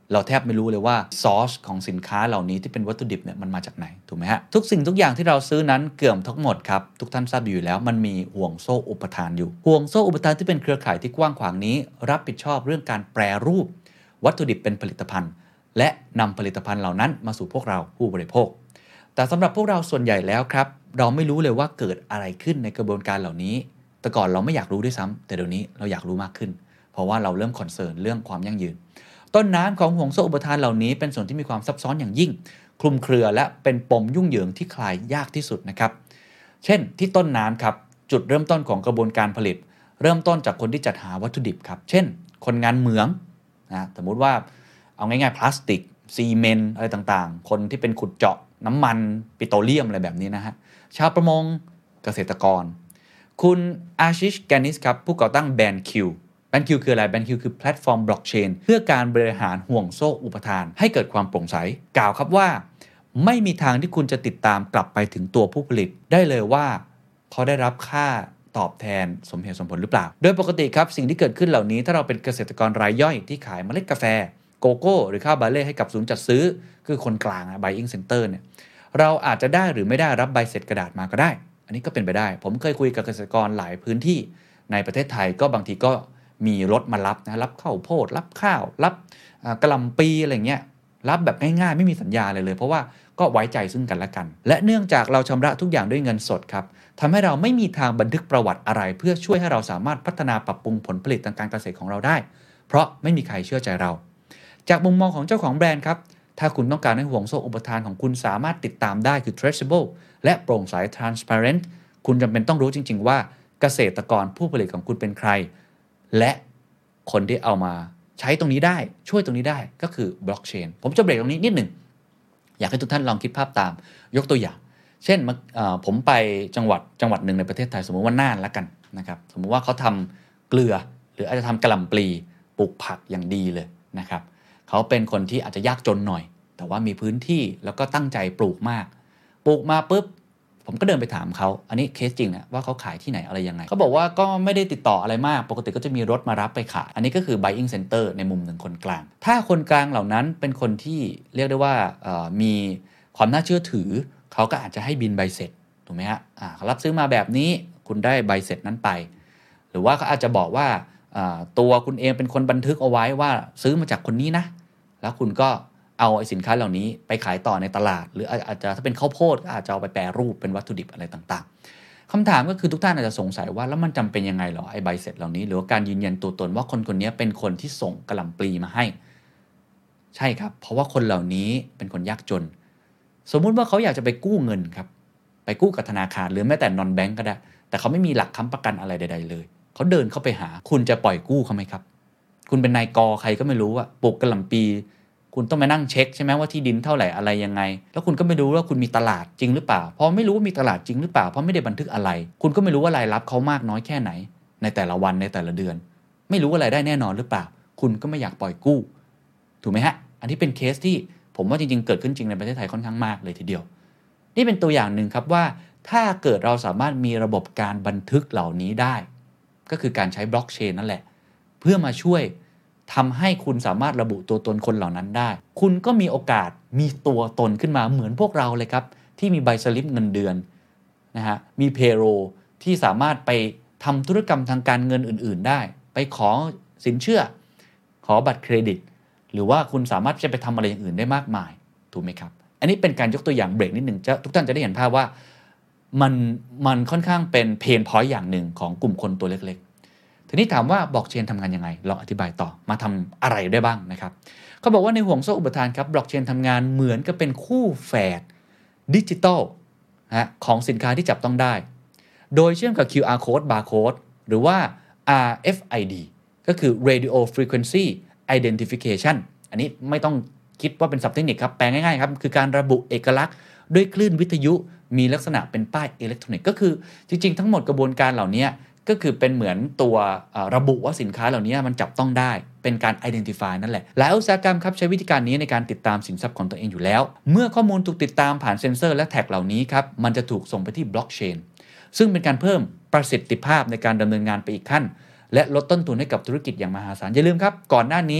เราแทบไม่รู้เลยว่าซอสของสินค้าเหล่านี้ที่เป็นวัตถุดิบเนี่ยมันมาจากไหนถูกไหมฮะทุกสิ่งทุกอย่างที่เราซื้อนั้นเกือบทั้งหมดครับทุกท่านทราบอยู่แล้วมันมีห่วงโซ่อุปทานอยู่ห่วงโซ่อุปทานที่เป็นเครือข่ายที่กว้างขวางนี้รับผิดชอบเรื่องการแปรรูปวัตถุดิบเป็นผลิตภัณฑ์และนำผลิตภัณฑ์เหล่านั้นมาสู่พวกเราผู้บริโภคแต่สำหรับพวกเราส่วนใหญ่แล้วครับเราไม่รู้เลยว่าเกิดอะไรขึ้นในกระบวนการเหล่านี้แต่ก่อนเราไม่อยากรู้ด้วยซ้ำแต่เดี๋ยวนี้เราอยากรู้มากขึ้นเพราะว่าเราเริ่มคอนเซิร์นเรื่องความยั่งยืนต้นน้ำของห่วงโซ่อุปทานเหล่านี้เป็นส่วนที่มีความซับซ้อนอย่างยิ่งคลุมเครือและเป็นปมยุ่งเหยิงที่คลายยากที่สุดนะครับเช่นที่ต้นน้ำครับจุดเริ่มต้นของกระบวนการผลิตเริ่มต้นจากคนที่จัดหาวัตถุดิบครับเช่นคนงานเหมืองนะสมมุติว่าเอาง่ายๆพลาสติกซีเมนต์อะไรต่างๆคนที่เป็นขุดเจาะน้ำมันปิโตรเลียมอะไรแบบนี้นะฮะชาวประมงเกษตรกรคุณอาชิชแกนิสครับผู้ก่อตั้งแบนคิวแบนคิวคืออะไรแบนคิวคือแพลตฟอร์มบล็อกเชนเพื่อการบริหารห่วงโซ่อุปทานให้เกิดความโปร่งใสกล่าวครับว่าไม่มีทางที่คุณจะติดตามกลับไปถึงตัวผู้ผลิตได้เลยว่าเขาได้รับค่าตอบแทนสมเหตุสมผลหรือเปล่าโดยปกติครับสิ่งที่เกิดขึ้นเหล่านี้ถ้าเราเป็นเกษตรกรรายย่อยที่ขายเมล็ดกาแฟโกโก้หรือข้าวบาเล่ให้กับศูนย์จัดซื้อคือคนกลาง buying center เนี่ยเราอาจจะได้หรือไม่ได้รับใบเสร็จกระดาษมาก็ได้อันนี้ก็เป็นไปได้ผมเคยคุยกับเกษตรกรหลายพื้นที่ในประเทศไทยก็บางทีก็มีรถมารับนะรับข้าวโพดรับข้าวรับกะหล่ำปีอะไรเงี้ยรับแบบง่ายๆไม่มีสัญญาเลยเลยเพราะว่าก็ไว้ใจซึ่งกันและกันและเนื่องจากเราชำระทุกอย่างด้วยเงินสดครับทำให้เราไม่มีทางบันทึกประวัติอะไรเพื่อช่วยให้เราสามารถพัฒนาปรับปรุงผลผลิตทางการเกษตรของเราได้เพราะไม่มีใครเชื่อใจเราจากมุมมองของเจ้าของแบรนด์ครับถ้าคุณต้องการให้ห่วงโซ่อุปทานของคุณสามารถติดตามได้คือ traceable และโปร่งใส transparent คุณจำเป็นต้องรู้จริงๆว่าเกษตรกรผู้ผลิตของคุณเป็นใครและคนที่เอามาใช้ตรงนี้ได้ช่วยตรงนี้ได้ก็คือบล็อกเชนผมจะเบรกตรงนี้นิดหนึ่งอยากให้ทุกท่านลองคิดภาพตามยกตัวอย่างเช่นผมไปจังหวัดจังหวัดหนึ่งในประเทศไทยสมมติว่าน่านละกันนะครับสมมติว่าเขาทำเกลือหรืออาจจะทำกะหล่ำปลีปลูกผักอย่างดีเลยนะครับเขาเป็นคนที่อาจจะยากจนหน่อยแต่ว่ามีพื้นที่แล้วก็ตั้งใจปลูกมากปลูกมาปุ๊บผมก็เดินไปถามเขาอันนี้เคสจริงนะว่าเขาขายที่ไหนอะไรยังไงเขาบอกว่าก็ไม่ได้ติดต่ออะไรมากปกติก็จะมีรถมารับไปขายอันนี้ก็คือ buying center ในมุมหนึ่งคนกลางถ้าคนกลางเหล่านั้นเป็นคนที่เรียกได้ว่ามีความน่าเชื่อถือเขาก็อาจจะให้บินใบเสร็จถูกไหมฮะเขารับซื้อมาแบบนี้คุณได้ใบเสร็จนั้นไปหรือว่าเขาอาจจะบอกว่าตัวคุณเองเป็นคนบันทึกเอาไว้ว่าซื้อมาจากคนนี้นะแล้วคุณก็เอาไอ้สินค้าเหล่านี้ไปขายต่อในตลาดหรืออาจจะถ้าเป็นข้าวโพดก็อาจจะเอาไปแปรรูปเป็นวัตถุดิบอะไรต่างๆคำถามก็คือทุกท่านอาจจะสงสัยว่าแล้วมันจำเป็นยังไงหรอไอ้ใบเสร็จเหล่านี้หรือว่าการยืนยันตัวตนว่าคนคนนี้เป็นคนที่ส่งกะหล่ำปลีมาให้ใช่ครับเพราะว่าคนเหล่านี้เป็นคนยากจนสมมุติว่าเขาอยากจะไปกู้เงินครับไปกู้กับธนาคารหรือแม้แต่นอนแบงก์ก็ได้แต่เขาไม่มีหลักค้ำประกันอะไรใดๆเลยเขาเดินเข้าไปหาคุณจะปล่อยกู้เขาไหมครับคุณเป็นนายกอใครก็ไม่รู้ว่าปลูกกะหล่ำปลีคุณต้องมานั่งเช็คใช่ไหมว่าที่ดินเท่าไหร่อะไรยังไงแล้วคุณก็ไม่รู้ว่าคุณมีตลาดจริงหรือเปล่าพอไม่รู้ว่ามีตลาดจริงหรือเปล่าเพราะไม่ได้บันทึกอะไรคุณก็ไม่รู้ว่ารายรับเขามากน้อยแค่ไหนในแต่ละวันในแต่ละเดือนไม่รู้ว่ารายได้แน่นอนหรือเปล่าคุณก็ไม่อยากปล่อยกู้ถูกไหมฮะอันนี้เป็นเคสที่ผมว่าจริงๆเกิดขึ้นจริงในประเทศไทยค่อนข้างมากเลยทีเดียวนี่เป็นตัวอย่างหนึ่งครับว่าถ้าเกิดเราสามารถมีระบบการบันทึกเหล่านี้ได้ก็คือการใช้บล็อกเชนนั่นแหละเพื่อมาช่วยทำให้คุณสามารถระบุตัวตนคนเหล่านั้นได้คุณก็มีโอกาสมีตัวตนขึ้นมาเหมือนพวกเราเลยครับที่มีใบสลิปเงินเดือนนะฮะมีเพโรที่สามารถไปทำธุรกรรมทางการเงินอื่นๆได้ไปขอสินเชื่อขอบัตรเครดิตหรือว่าคุณสามารถจะไปทำอะไรอย่างอื่นได้มากมายถูกไหมครับอันนี้เป็นการยกตัวอย่างเบรกนิดหนึ่งจะทุกท่านจะได้เห็นภาพว่ามันมันค่อนข้างเป็นเพนพอยต์อย่างหนึ่งของกลุ่มคนตัวเล็กๆทีนี้ถามว่าบล็อกเชนทำงานยังไงลองอธิบายต่อมาทำอะไรได้บ้างนะครับเขาบอกว่าในห่วงโซ่อุปทานครับบล็อกเชนทำงานเหมือนกับเป็นคู่แฝดดิจิตอลนะของสินค้าที่จับต้องได้โดยเชื่อมกับ คิว อาร์ Code Barcode หรือว่า อาร์ เอฟ ไอ ดี ก็คือ Radio Frequency Identification อันนี้ไม่ต้องคิดว่าเป็นศัพท์เทคนิคครับแปลง่ายๆครับคือการระบุเอกลักษณ์ด้วยคลื่นวิทยุมีลักษณะเป็นป้ายอิเล็กทรอนิกส์ก็คือจริงๆทั้งหมดกระบวนการเหล่านี้ก็คือเป็นเหมือนตัวระบุว่าสินค้าเหล่านี้มันจับต้องได้เป็นการ identify นั่นแหละหลายอุตสาหกรรมครับใช้วิธีการนี้ในการติดตามสินทรัพย์ของตัวเองอยู่แล้วเมื่อข้อมูลถูกติดตามผ่านเซ็นเซอร์และแท็กเหล่านี้ครับมันจะถูกส่งไปที่บล็อกเชนซึ่งเป็นการเพิ่มประสิทธิภาพในการดำเนินงานไปอีกขั้นและลดต้นทุนให้กับธุรกิจอย่างมหาศาลอย่าลืมครับก่อนหน้านี้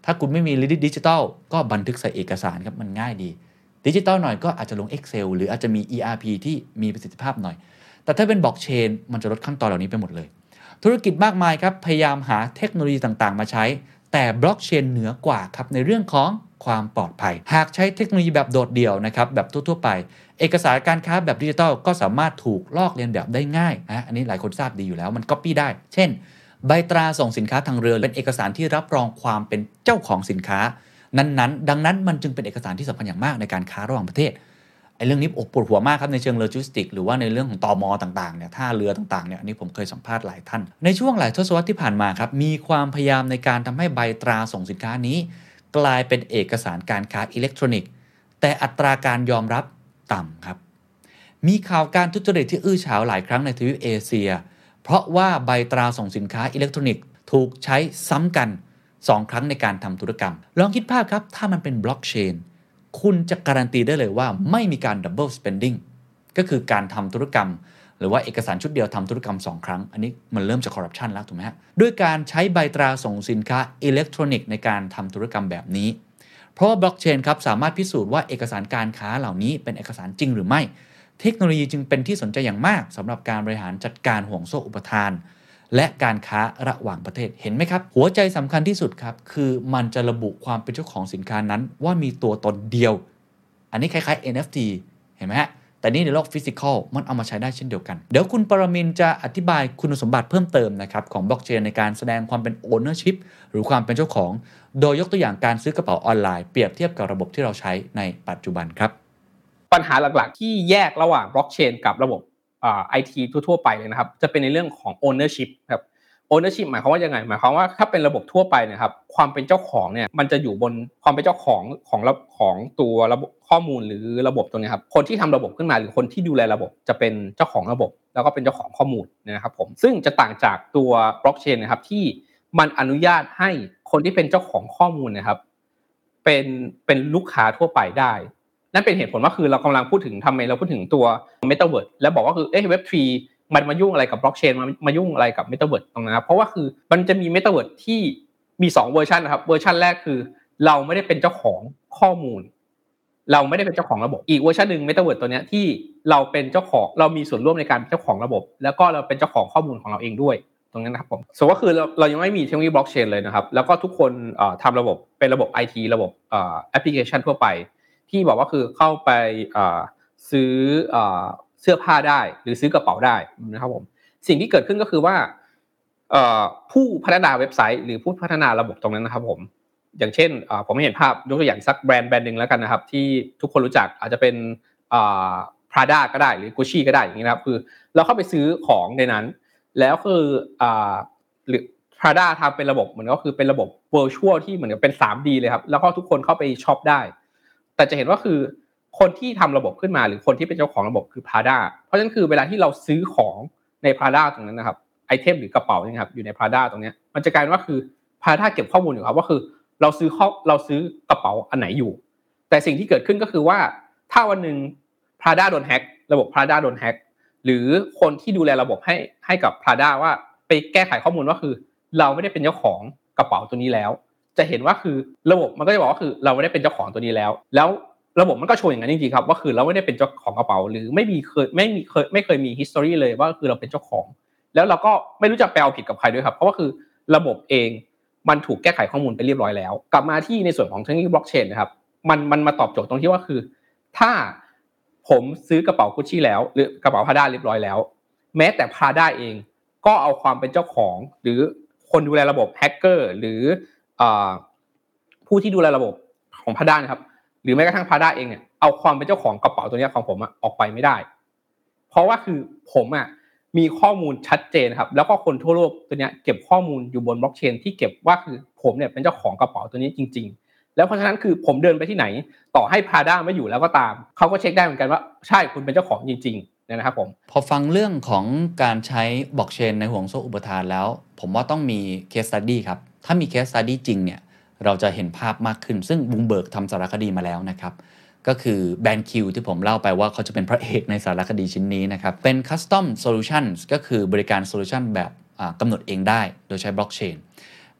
ถ้าคุณไม่มีดิจิทัลก็บันทึกใส่เอกสารครับมันง่ายดีดิจิทัลหน่อยก็อาจจะลง Excel หรืออาจจะมี อี อาร์ พี ที่มีประสิทธิภาพหน่อยแต่ถ้าเป็นบล็อกเชนมันจะลดขั้นตอนเหล่านี้ไปหมดเลยธุรกิจมากมายครับพยายามหาเทคโนโลยีต่างๆมาใช้แต่บล็อกเชนเหนือกว่าครับในเรื่องของความปลอดภัยหากใช้เทคโนโลยีแบบโดดเดี่ยวนะครับแบบทั่วๆไปเอกสารการค้าแบบดิจิทัลก็สามารถถูกลอกเลียนแบบได้ง่ายนะอันนี้หลายคนทราบดีอยู่แล้วมัน copy ได้เช่นใบตราส่งสินค้าทางเรือเป็นเอกสารที่รับรองความเป็นเจ้าของสินค้านั้นๆดังนั้นมันจึงเป็นเอกสารที่สำคัญอย่างมากในการค้าระหว่างประเทศไอ้เรื่องนี้ปวดหัวมากครับในเชิงโลจิสติกหรือว่าในเรื่องของตม.ต่างๆเนี่ยท่าเรือต่างๆเนี่ยอันนี้ผมเคยสัมภาษณ์หลายท่านในช่วงหลายทศวรรษที่ผ่านมาครับมีความพยายามในการทำให้ใบตราส่งสินค้านี้กลายเป็นเอกสารการค้าอิเล็กทรอนิกส์แต่อัตราการยอมรับต่ำครับมีข่าวการทุจริตที่อื้อฉาวหลายครั้งในทวีปเอเชียเพราะว่าใบตราส่งสินค้าอิเล็กทรอนิกส์ถูกใช้ซ้ำกันสองครั้งในการทำธุรกรรมลองคิดภาพครับถ้ามันเป็นบล็อกเชนคุณจะการันตีได้เลยว่าไม่มีการ double spending ก็คือการทำธุรกรรมหรือว่าเอกสารชุดเดียวทำธุรกรรมสองครั้งอันนี้มันเริ่มจากคอร์รัปชันแล้วถูกไหมฮะด้วยการใช้ใบตราส่งสินค้าอิเล็กทรอนิกส์ในการทำธุรกรรมแบบนี้เพราะว่าบล็อกเชนครับสามารถพิสูจน์ว่าเอกสารการค้าเหล่านี้เป็นเอกสารจริงหรือไม่เทคโนโลยีจึงเป็นที่สนใจอย่างมากสำหรับการบริหารจัดการห่วงโซ่อุปทานและการค้าระหว่างประเทศเห็นไหมครับหัวใจสำคัญที่สุดครับคือมันจะระบุความเป็นเจ้าของสินค้านั้นว่ามีตัวตนเดียวอันนี้คล้ายๆ เอ็น เอฟ ที เห็นไหมฮะแต่นี่ในโลกฟิสิกอลมันเอามาใช้ได้เช่นเดียวกันเดี๋ยวคุณปรมินทร์จะอธิบายคุณสมบัติเพิ่มเติมนะครับของบล็อกเชนในการแสดงความเป็น ownership หรือความเป็นเจ้าของโดยยกตัวอย่างการซื้อกระเป๋าออนไลน์เปรียบเทียบกับระบบที่เราใช้ในปัจจุบันครับปัญหาหลักๆที่แยกระหว่างบล็อกเชนกับระบบอ่า ไอ ที ทั่วๆไปเลยนะครับจะเป็นในเรื่องของ ownership ครับ ownership หมายความว่ายังไงหมายความว่าถ้าเป็นระบบทั่วไปนะครับความเป็นเจ้าของเนี่ยมันจะอยู่บนความเป็นเจ้าของของระของตัวระบบข้อมูลหรือระบบตัวนี้ครับคนที่ทำระบบขึ้นมาหรือคนที่ดูแลระบบจะเป็นเจ้าของระบบแล้วก็เป็นเจ้าของข้อมูลนะครับผมซึ่งจะต่างจากตัวบล็อกเชนนะครับที่มันอนุญาตให้คนที่เป็นเจ้าของข้อมูลนะครับเป็นเป็นลูกค้าทั่วไปได้นั่นเป็นเหตุผลว่าคือเรากำลังพูดถึงทำไมเราพูดถึงตัว Metaverse แล้วบอกว่าคือเอ๊ะ เว็บ ทรี มันมายุ่งอะไรกับบล็อกเชนมามายุ่งอะไรกับ Metaverse ตรงนั้นครับเพราะว่าคือมันจะมี Metaverse ที่มีสองเวอร์ชันนะครับเวอร์ชันแรกคือเราไม่ได้เป็นเจ้าของข้อมูลเราไม่ได้เป็นเจ้าของระบบอีกเวอร์ชันนึง Metaverse ตัวเนี้ยที่เราเป็นเจ้าของเรามีส่วนร่วมในการเป็นเจ้าของระบบแล้วก็เราเป็นเจ้าของข้อมูลของเราเองด้วยตรงนั้นนะครับผมสมมุติว่าคือเราเรายังไม่มีเทคโนโลยีบล็อกเชนเลยนะครับแล้วก็ทุกคนเอ่อทำระบบเป็นระบบ ไอ ที ระบบเอ่อแอปพลิเคชันทั่วไปที่บอกว่าคือเข้าไปเอ่อซื้อเอ่อเสื้อผ้าได้หรือซื้อกระเป๋าได้นะครับผมสิ่งที่เกิดขึ้นก็คือว่าเอ่อผู้พัฒนาเว็บไซต์หรือผู้พัฒนาระบบตรงนั้นนะครับผมอย่างเช่นเอ่อผมให้เห็นภาพยกตัวอย่างสักแบรนด์แบรนด์นึงแล้วกันนะครับที่ทุกคนรู้จักอาจจะเป็นเอ่อ Prada ก็ได้หรือ Gucci ก็ได้อย่างงี้นะครับคือเราเข้าไปซื้อของในนั้นแล้วคืออ่าหรือ Prada ทำเป็นระบบเหมือนก็คือเป็นระบบ virtual ที่เหมือนกับเป็น ทรี ดี เลยครับแล้วก็ทุกคนเข้าไปช็อปได้แต่จะเห็นว่าคือคนที่ทำระบบขึ้นมาหรือคนที่เป็นเจ้าของระบบคือ Prada เพราะฉะนั้นคือเวลาที่เราซื้อของใน Prada ตรงนั้นนะครับไอเทมหรือกระเป๋าเนี่ยครับอยู่ใน Prada ตรงนี้มันจะกลายเป็นว่าคือ Prada เก็บข้อมูลอยู่ครับว่าคือเราซื้อเราซื้อกระเป๋าอันไหนอยู่แต่สิ่งที่เกิดขึ้นก็คือว่าถ้าวันนึง Prada โดนแฮ็กระบบ Prada โดนแฮ็กหรือคนที่ดูแลระบบให้ให้กับ Prada ว่าไปแก้ไขข้อมูลว่าคือเราไม่ได้เป็นเจ้าของกระเป๋าตัวนี้แล้วจะเห็นว่าคือระบบมันก็จะบอกว่าคือเราไม่ได้เป็นเจ้าของตัวนี้แล้วแล้วระบบมันก็โชว์อย่างนั้นจริงๆครับว่าคือเราไม่ได้เป็นเจ้าของกระเป๋าหรือไม่มีเคยไม่มีเคยไม่เคยมี history เลยว่าคือเราเป็นเจ้าของแล้วเราก็ไม่รู้จะไปเอาผิดกับใครด้วยครับเพราะว่าคือระบบเองมันถูกแก้ไขข้อมูลไปเรียบร้อยแล้วกลับมาที่ในส่วนของเทคโนโลยีบล็อกเชนนะครับมันมันมาตอบโจทย์ตรงที่ว่าคือถ้าผมซื้อกระเป๋า Gucci แล้วหรือกระเป๋า Prada เรียบร้อยแล้วแม้แต่ Prada เองก็เอาความเป็นเจ้าของหรือคนดูแลระบบแฮกเกอร์หรืออ่าผู้ที่ดูแลระบบของ Prada นะครับหรือแม้กระทั่ง Prada เองเนี่ยเอาความเป็นเจ้าของกระเป๋าตัวนี้ของผมอ่ะออกไปไม่ได้เพราะว่าคือผมอ่ะมีข้อมูลชัดเจนครับแล้วก็คนทั่วโลกตัวเนี้ยเก็บข้อมูลอยู่บนบล็อกเชนที่เก็บว่าคือผมเนี่ยเป็นเจ้าของกระเป๋าตัวนี้จริงๆแล้วเพราะฉะนั้นคือผมเดินไปที่ไหนต่อให้ Prada ไม่อยู่แล้วก็ตามเขาก็เช็คได้เหมือนกันว่าใช่คุณเป็นเจ้าของจริงๆนะครับผมพอฟังเรื่องของการใช้บล็อกเชนในห่วงโซ่อุปทานแล้วผมว่าต้องมี case study ครับถ้ามี case study จริงเนี่ยเราจะเห็นภาพมากขึ้นซึ่งบูมเบิร์กทำสารคดีมาแล้วนะครับก็คือแบรนด์คิวที่ผมเล่าไปว่าเขาจะเป็นพระเอกในสารคดีชิ้นนี้นะครับเป็น custom solutions ก็คือบริการ solution แบบกำหนดเองได้โดยใช้บล็อกเชน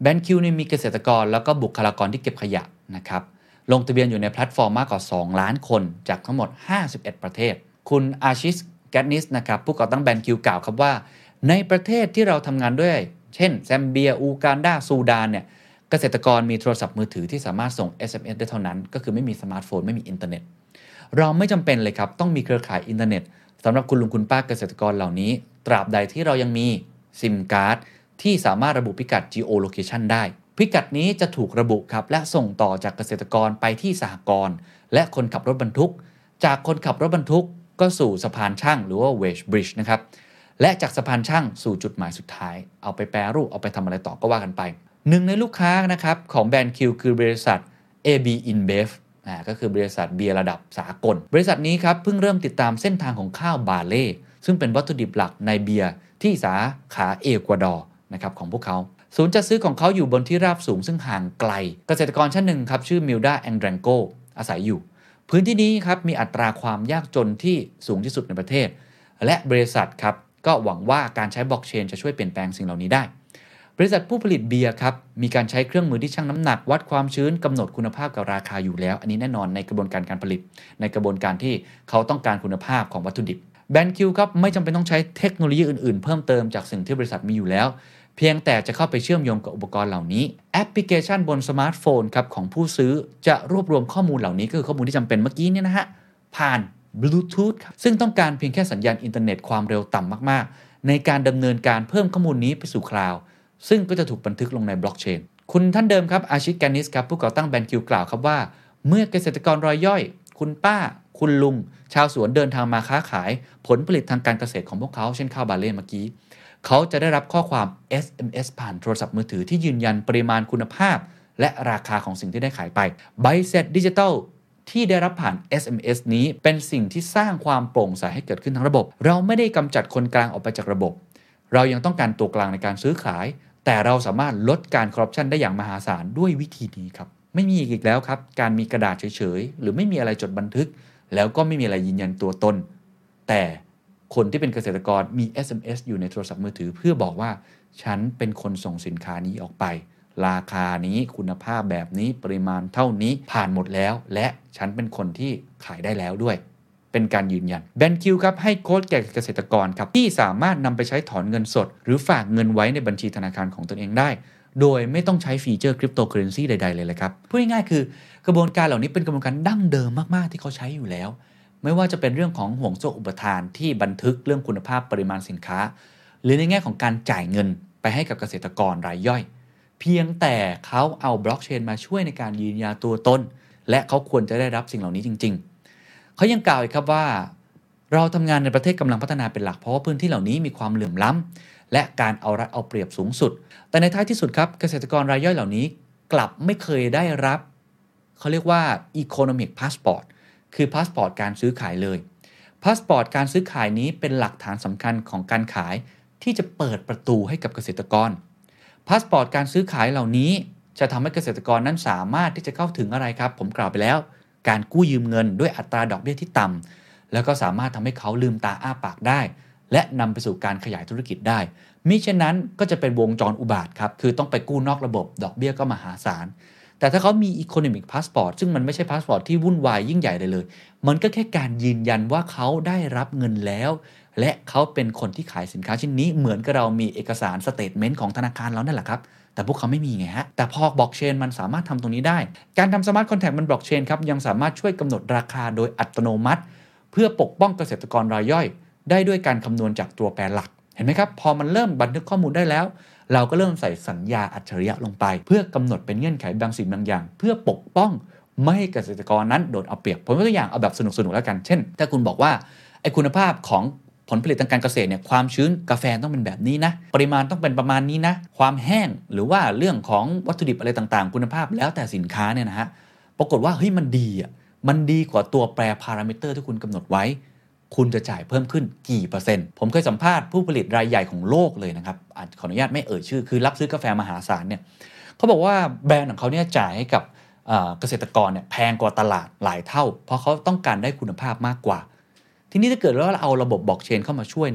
แบนคิวเนี่ยมีเกษตรกรแล้วก็บุคลากรที่เก็บขยะนะครับลงทะเบียนอยู่ในแพลตฟอร์มมากกว่าสองล้านคนจากทั้งหมดห้าสิบเอ็ดประเทศคุณอาชิสแกตนิสนะครับผู้ก่อตั้งแบนคิวกล่าวครับว่าในประเทศที่เราทำงานด้วยเช่นแซมเบียอูกันดาซูดานเนี่ยเกษตรกรมีโทรศัพท์มือถือที่สามารถส่ง เอส เอ็ม เอส ได้เท่านั้นก็คือไม่มีสมาร์ทโฟนไม่มีอินเทอร์เน็ตเราไม่จำเป็นเลยครับต้องมีเครือข่ายอินเทอร์เน็ตสำหรับคุณลุงคุณป้าเกษตรกรเหล่านี้ตราบใดที่เรายังมีซิมการ์ดที่สามารถระบุพิกัด geolocation ได้พิกัดนี้จะถูกระบุครับและส่งต่อจากเกษตรกรไปที่สหกรณ์และคนขับรถบรรทุกจากคนขับรถบรรทุกก็สู่สะพานช่างหรือว่า Wedge Bridge นะครับและจากสะพานช่างสู่จุดหมายสุดท้ายเอาไปแปรรูปเอาไปทำอะไรต่อก็ว่ากันไปหนึ่งในลูกค้านะครับของแบรนด์ Q คือบริษัท เอ บี InBev อ่าก็คือบริษัทเบียร์ระดับสากลบริษัทนี้ครับเพิ่งเริ่มติดตามเส้นทางของข้าวบาเล่ซึ่งเป็นวัตถุดิบหลักในเบียร์ที่สาขาเอกวาดอร์นะครับของพวกเขาศูนย์จัดซื้อของเขาอยู่บนที่ราบสูงซึ่งห่างไกลเกษตรกรชั้นหนึ่งครับชื่อมิลดาแองแดรงโกอาศัยอยู่พื้นที่นี้ครับมีอัตราความยากจนที่สูงที่สุดในประเทศและบริษัทครับก็หวังว่าการใช้บล็อกเชนจะช่วยเปลี่ยนแปลงสิ่งเหล่านี้ได้บริษัทผู้ผลิตเบียร์ครับมีการใช้เครื่องมือที่ชั่งน้ำหนักวัดความชื้นกำหนดคุณภาพกับราคาอยู่แล้วอันนี้แน่นอนในกระบวนการการผลิตในกระบวนการที่เขาต้องการคุณภาพของวัตถุดิบแบรนด์ Q ครับไม่จำเป็นต้องใช้เทคโนโลยีอื่นๆเพิ่มเติมจากสิ่งที่บริษัทมีอยู่แล้วเพียงแต่จะเข้าไปเชื่อมโยงกับอุปกรณ์เหล่านี้แอปพลิเคชันบนสมาร์ทโฟนครับของผู้ซื้อจะรวบรวมข้อมูลเหล่านี้ก็คือข้อมูลที่จำเป็นเมื่อกี้เนี่ยนะฮะผ่าน Bluetooth ครับซึ่งต้องการเพียงแค่สัญญาณอินเทอร์เน็ตความเร็วต่ำมากๆในการดำเนินการเพิ่มข้อมูลนี้ไปสู่คลาวด์ซึ่งก็จะถูกบันทึกลงในบล็อกเชนคุณท่านเดิมครับอาชิตแกนิสครับผู้ก่อตั้งแบรนด์ Q กล่าวครับว่าเมื่อเกษตรกรรายย่อยคุณป้าคุณลุงชาวสวนเดินทางมาค้าขายผลผลิตทางการเกษตรของพวกเขาเช่นข้าวบาเล่เมื่อกี้เขาจะได้รับข้อความ เอส เอ็ม เอส ผ่านโทรศัพท์มือถือที่ยืนยันปริมาณคุณภาพและราคาของสิ่งที่ได้ขายไปใบเสร็จดิจิทัลที่ได้รับผ่าน เอส เอ็ม เอส นี้เป็นสิ่งที่สร้างความโปร่งใสให้เกิดขึ้นทั้งระบบเราไม่ได้กำจัดคนกลางออกไปจากระบบเรายังต้องการตัวกลางในการซื้อขายแต่เราสามารถลดการคอร์รัปชันได้อย่างมหาศาลด้วยวิธีนี้ครับไม่มีอีกแล้วครับการมีกระดาษเฉยๆหรือไม่มีอะไรจดบันทึกแล้วก็ไม่มีอะไรยืนยันตัวตนแต่คนที่เป็นเกษตรกรมี เอส เอ็ม เอส อยู่ในโทรศัพท์มือถือเพื่อบอกว่าฉันเป็นคนส่งสินค้านี้ออกไปราคานี้คุณภาพแบบนี้ปริมาณเท่านี้ผ่านหมดแล้วและฉันเป็นคนที่ขายได้แล้วด้วยเป็นการยืนยันแบนคิวครับให้โค้ดแก่เกษตรกรครับที่สามารถนำไปใช้ถอนเงินสดหรือฝากเงินไว้ในบัญชีธนาคารของตนเองได้โดยไม่ต้องใช้ฟีเจอร์คริปโตเคอเรนซีใดๆเลยเลยครับพูดง่ายๆคือกระบวนการเหล่านี้เป็นกระบวนการดั้งเดิมมากๆที่เขาใช้อยู่แล้วไม่ว่าจะเป็นเรื่องของห่วงโซ่อุปทานที่บันทึกเรื่องคุณภาพปริมาณสินค้าหรือในแง่ของการจ่ายเงินไปให้กับเกษตรกรรายย่อยเพียงแต่เขาเอาบล็อกเชนมาช่วยในการยืนยันตัวตนและเขาควรจะได้รับสิ่งเหล่านี้จริงๆเขายังกล่าวอีกครับว่าเราทำงานในประเทศกำลังพัฒนาเป็นหลักเพราะว่าพื้นที่เหล่านี้มีความเหลื่อมล้ำและการเอารัดเอาเปรียบสูงสุดแต่ในท้ายที่สุดครับเกษตรกรรายย่อยเหล่านี้กลับไม่เคยได้รับเขาเรียกว่า economic passport คือพาสปอร์ตการซื้อขายเลยพาสปอร์ตการซื้อขายนี้เป็นหลักฐานสำคัญของการขายที่จะเปิดประตูให้กับเกษตรกรพาสปอร์ตการซื้อขายเหล่านี้จะทำให้เกษตรกรนั้นสามารถที่จะเข้าถึงอะไรครับผมกล่าวไปแล้วการกู้ยืมเงินด้วยอัตราดอกเบี้ยที่ต่ำแล้วก็สามารถทำให้เขาลืมตาอ้าปากได้และนำไปสู่การขยายธุรกิจได้มิฉะนั้นก็จะเป็นวงจรอุบาทครับคือต้องไปกู้นอกระบบดอกเบี้ยก็มหาศาลแต่ถ้าเขามี economic passport ซึ่งมันไม่ใช่พาสปอร์ตที่วุ่นวายยิ่งใหญ่เลยเลยมันก็แค่การยืนยันว่าเขาได้รับเงินแล้วและเขาเป็นคนที่ขายสินค้าชิ้นนี้เหมือนกับเรามีเอกสารสเตทเมนต์ของธนาคารแล้วนั่นแหละครับแต่พวกเขาไม่มีไงฮะแต่พอบล็อกเชนมันสามารถทำตรงนี้ได้การทำสมาร์ทคอนแทคบนบล็อกเชนครับยังสามารถช่วยกำหนดราคาโดยอัตโนมัติเพื่อปกป้องเกษตรกรรายย่อยได้ด้วยการคำนวณจากตัวแปรหลักเห็นไหมครับพอมันเริ่มบันทึกข้อมูลได้แล้วเราก็เริ่มใส่สัญญาอัจฉริยะลงไปเพื่อกำหนดเป็นเงื่อนไขบางสิ่งบางอย่างเพื่อปกป้องไม่ให้เกษตรกรนั้นโดนเอาเปรียบผมยกตัวอย่างเอาแบบสนุกๆแล้วกันเช่นถ้าคุณบอกว่าไอ้คุณภาพของผลผลิตทางการเกษตรเนี่ยความชื้นกาแฟต้องเป็นแบบนี้นะปริมาณต้องเป็นประมาณนี้นะความแห้งหรือว่าเรื่องของวัตถุดิบอะไรต่างๆคุณภาพแล้วแต่สินค้าเนี่ยนะฮะปรากฏว่าเฮ้ยมันดีอ่ะมันดีกว่าตัวแปรพารามิเตอร์ที่คุณกำหนดไว้คุณจะจ่ายเพิ่มขึ้นกี่เปอร์เซ็นต์ผมเคยสัมภาษณ์ผู้ผลิตรายใหญ่ของโลกเลยนะครับขออนุญาตไม่เอ่ยชื่อคือรับซื้อกาแฟมหาศาลเนี่ยเขาบอกว่าแบรนด์ของเขาเนี่ยจ่ายให้กับเกษตรกรเนี่ยแพงกว่าตลาดหลายเท่าเพราะเขาต้องการได้คุณภาพมากกว่าทีนี้ถ้าเกิดว่าเราเอาระบบบล็อกเชนเข้ามาช่วยเนี่ย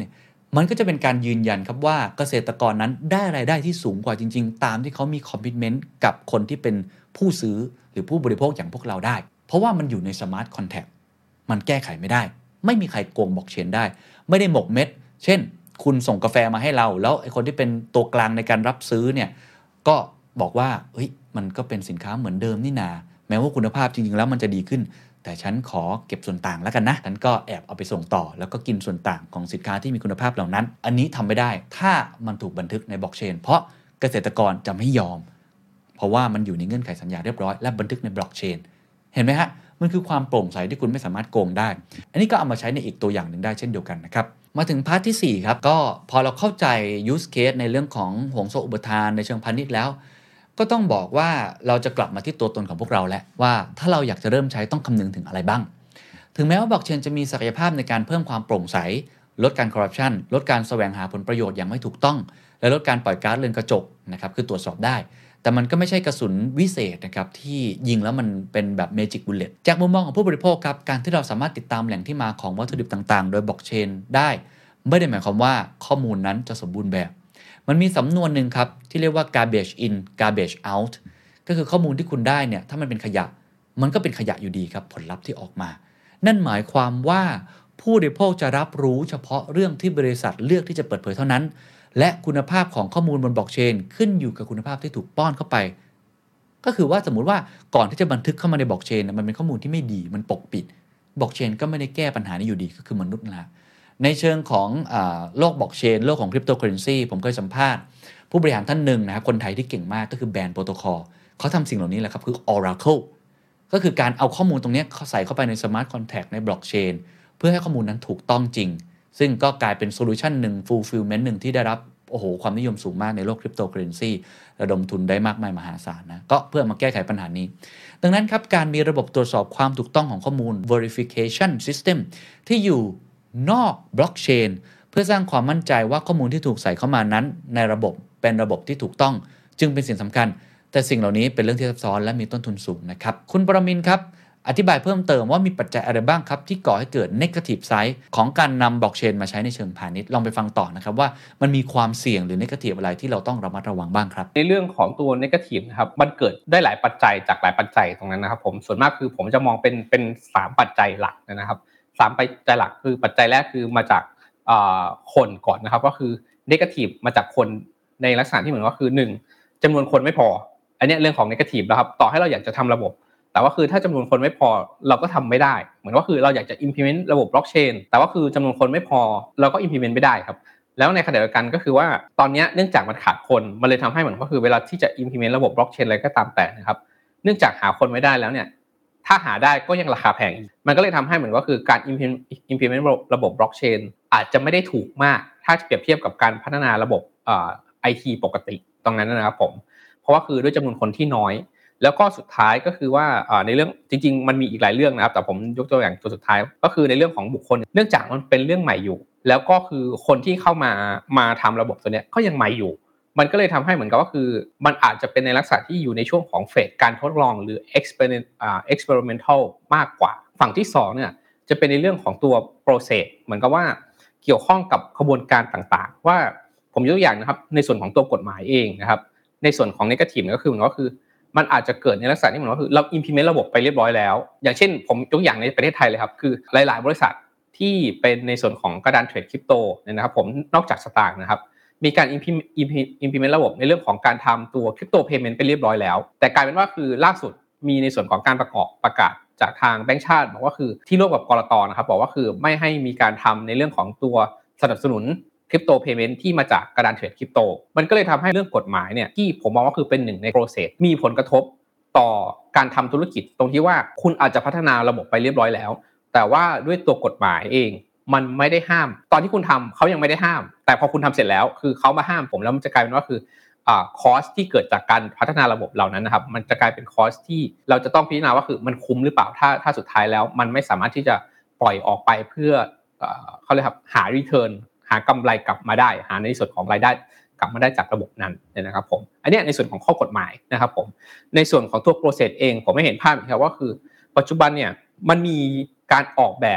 มันก็จะเป็นการยืนยันครับว่าเกษตรกรนั้นได้รายได้ที่สูงกว่าจริงๆตามที่เขามีคอมมิตเมนต์กับคนที่เป็นผู้ซื้อหรือผู้บริโภคอย่างพวกเราได้เพราะว่ามันอยู่ในสมาร์ทคอนแท็กต์มันแก้ไขไม่ได้ไม่มีใครโกงบล็อกเชนได้ไม่ได้หมกเม็ดเช่นคุณส่งกาแฟมาให้เราแล้วไอ้คนที่เป็นตัวกลางในการรับซื้อเนี่ยก็บอกว่าเฮ้ยมันก็เป็นสินค้าเหมือนเดิมนี่นาแม้ว่าคุณภาพจริงๆแล้วมันจะดีขึ้นแต่ฉันขอเก็บส่วนต่างแล้วกันนะฉันก็แอบเอาไปส่งต่อแล้วก็กินส่วนต่างของสินค้าที่มีคุณภาพเหล่านั้นอันนี้ทำไม่ได้ถ้ามันถูกบันทึกในบล็อกเชนเพราะเกษตรกรจะไม่ยอมเพราะว่ามันอยู่ในเงื่อนไขสัญญาเรียบร้อยและบันทึกในบล็อกเชนเห็นไหมฮะมันคือความโปร่งใสที่คุณไม่สามารถโกงได้อันนี้ก็เอามาใช้ในอีกตัวอย่างหนึ่งได้เช่นเดียวกันนะครับมาถึงพาร์ทที่สี่ครับก็พอเราเข้าใจ use case ในเรื่องของห่วงโซ่อุปทานในเชิงพาณิชย์แล้วก็ต้องบอกว่าเราจะกลับมาที่ตัวตนของพวกเราแล้วว่าถ้าเราอยากจะเริ่มใช้ต้องคำนึงถึงอะไรบ้างถึงแม้ว่าบล็อกเชนจะมีศักยภาพในการเพิ่มความโปร่งใสลดการคอร์รัปชันลดการแสวงหาผลประโยชน์อย่างไม่ถูกต้องและลดการปล่อยก๊าซเรือนกระจกนะครับคือตรวจสอบได้แต่มันก็ไม่ใช่กระสุนวิเศษนะครับที่ยิงแล้วมันเป็นแบบเมจิกบุลเลตจากมุมมองของผู้บริโภคครับการที่เราสามารถติดตามแหล่งที่มาของวัตถุดิบต่างๆโดยบล็อกเชนได้ไม่ได้หมายความว่าข้อมูลนั้นจะสมบูรณ์แบบมันมีสำนวนหนึ่งครับที่เรียกว่า garbage in garbage out ก็คือข้อมูลที่คุณได้เนี่ยถ้ามันเป็นขยะมันก็เป็นขยะอยู่ดีครับผลลัพธ์ที่ออกมานั่นหมายความว่าผู้บริโภคจะรับรู้เฉพาะเรื่องที่บริษัทเลือกที่จะเปิดเผยเท่านั้นและคุณภาพของข้อมูลบนบล็อกเชนขึ้นอยู่กับคุณภาพที่ถูกป้อนเข้าไปก็คือว่าสมมุติว่าก่อนที่จะบันทึกเข้ามาในบล็อกเชนมันเป็นข้อมูลที่ไม่ดีมันปกปิดบล็อกเชนก็ไม่ได้แก้ปัญหานี้อยู่ดีก็คือมนุษย์นะในเชิงของอ่าโลกบล็อกเชนโลกของคริปโตเคอเรนซีผมเคยสัมภาษณ์ผู้บริหารท่านหนึ่งนะครับคนไทยที่เก่งมากก็คือแบรนด์โปรโตคอลเขาทำสิ่งเหล่านี้แหละครับคือ Oracle ก็คือการเอาข้อมูลตรงนี้ใส่เข้าไปใน Smart Contract ในบล็อกเชนเพื่อให้ข้อมูลนั้นถูกต้องจริงซึ่งก็กลายเป็นโซลูชันหนึ่ง fulfillment หนึ่งที่ได้รับโอ้โหความนิยมสูงมากในโลกคริปโตเคอเรนซีระดมทุนได้มากมายมหาศาลนะก็เพื่อมาแก้ไขปัญหานี้ดังนั้นครับการมีระบบตรวจสอบความถูกต้องของข้อมูล verification system ที่อยู่นอกบล็อกเชนเพื่อสร้างความมั่นใจว่าข้อมูลที่ถูกใส่เข้ามานั้นในระบบเป็นระบบที่ถูกต้องจึงเป็นสิ่งสำคัญแต่สิ่งเหล่านี้เป็นเรื่องที่ซับซ้อนและมีต้นทุนสูงนะครับคุณปรมินทร์ครับอธิบายเพิ่มเติมว่ามีปัจจัยอะไรบ้างครับที่ก่อให้เกิด negative side ของการนำบล็อกเชนมาใช้ในเชิงพาณิชย์ลองไปฟังต่อนะครับว่ามันมีความเสี่ยงหรือ negative อะไรที่เราต้องระมัดระวังบ้างครับในเรื่องของตัว negative นะครับมันเกิดได้หลายปัจจัยจากหลายปัจจัยตรงนั้นนะครับผมส่วนมากคือผมจะมองเป็นเป็นสามปัจจัยหลักนะครับสามปัจจัยหลักคือปัจจัยแรกคือมาจากอ่าคนก่อนนะครับก็คือ negative มาจากคนในลักษณะที่เหมือนว่าคือหนึ่งจำนวนคนไม่พออันนี้เรื่องของ negative นะครับต่อให้เราอยากจะทำระบบแต่ว่าคือถ้าจำนวนคนไม่พอเราก็ทำไม่ได้เหมือนว่าคือเราอยากจะ implement ระบบบล็อกเชนแต่ว่าคือจำนวนคนไม่พอเราก็ implement ไม่ได้ครับแล้วในขณะเดียวกันก็คือว่าตอนนี้เนื่องจากมันขาดคนมันเลยทำให้เหมือนก็คือเวลาที่จะ implement ระบบบล็อกเชนอะไรก็ตามแต่นะครับเนื่องจากหาคนไม่ได้แล้วเนี่ยถ้าหาได้ก็ยังราคาแพงมันก็เลยทำให้เหมือนว่าคือการ implement ระบบบล็อกเชนอาจจะไม่ได้ถูกมากถ้าเปรียบเทียบกับการพัฒนาระบบเอ่อ ไอ ที ปกติตรงนั้นนะครับผมเพราะว่าคือด้วยจำนวนคนที่น้อยแล้วก็สุดท้ายก็คือว่าในเรื่องจริงๆมันมีอีกหลายเรื่องนะครับแต่ผมยกตัวอย่างตัวสุดท้ายก็คือในเรื่องของบุคคลเนื่องจากมันเป็นเรื่องใหม่อยู่แล้วก็คือคนที่เข้ามามาทำระบบตัวเนี้ยก็ยังใหม่อยู่มันก็เลยทำให้เหมือนกับว่าคือมันอาจจะเป็นในลักษณะที่อยู่ในช่วงของเฟสการทดลองหรือ experiment อ่า experimental มากกว่าฝั่งที่สองเนี่ยจะเป็นในเรื่องของตัว process เหมือนกับว่าเกี่ยวข้องกับกระบวนการต่างๆว่าผมยกตัวอย่างนะครับในส่วนของตัวกฎหมายเองนะครับในส่วนของ negative ก็คือเหมือนก็คือมันอาจจะเกิดในลักษณะที่เหมือนว่าคือเรา implement ระบบไปเรียบร้อยแล้วอย่างเช่นผมยกอย่างในประเทศไทยเลยครับคือหลายๆบริษัทที่เป็นในส่วนของกระดานเทรดคริปโตเนี่ยนะครับผมนอกจากสตางค์นะครับมีการ implement ระบบในเรื่องของการทำตัว crypto payment ไปเรียบร้อยแล้วแต่กลายเป็นว่าคือล่าสุดมีในส่วนของการประกอบประกาศจากทางแบงก์ชาติบอกว่าคือที่ร่วมกับกลต.นะครับบอกว่าคือไม่ให้มีการทำในเรื่องของตัวสนับสนุนคริปโตเพย์เมนต์ที่มาจากกระดานเทรดคริปโตมันก็เลยทำให้เรื่องกฎหมายเนี่ยที่ผมมองว่าคือเป็นหนึ่งในโปรเซสมีผลกระทบต่อการทำธุรกิจตรงที่ว่าคุณอาจจะพัฒนาระบบไปเรียบร้อยแล้วแต่ว่าด้วยตัวกฎหมายเองมันไม่ได้ห้ามตอนที่คุณทำเขายังไม่ได้ห้ามแต่พอคุณทำเสร็จแล้วคือเขามาห้ามผมแล้วมันจะกลายเป็นว่าคืออ่าคอสที่เกิดจากการพัฒนาระบบเหล่านั้นนะครับมันจะกลายเป็นคอสที่เราจะต้องพิจารณาว่าคือมันคุ้มหรือเปล่าถ้าถ้าสุดท้ายแล้วมันไม่สามารถที่จะปล่อยออกไปเพื่อเอ่อเขาเรียกครับหา returnหากำไรกลับมาได้หาในส่วนของรายได้กลับมาได้จากระบบนั้นนะครับผมอันนี้ในส่วนของข้อกฎหมายนะครับผมในส่วนของตัว process เองผมไม่เห็นภาพครับว่าคือปัจจุบันเนี่ยมันมีการออกแบบ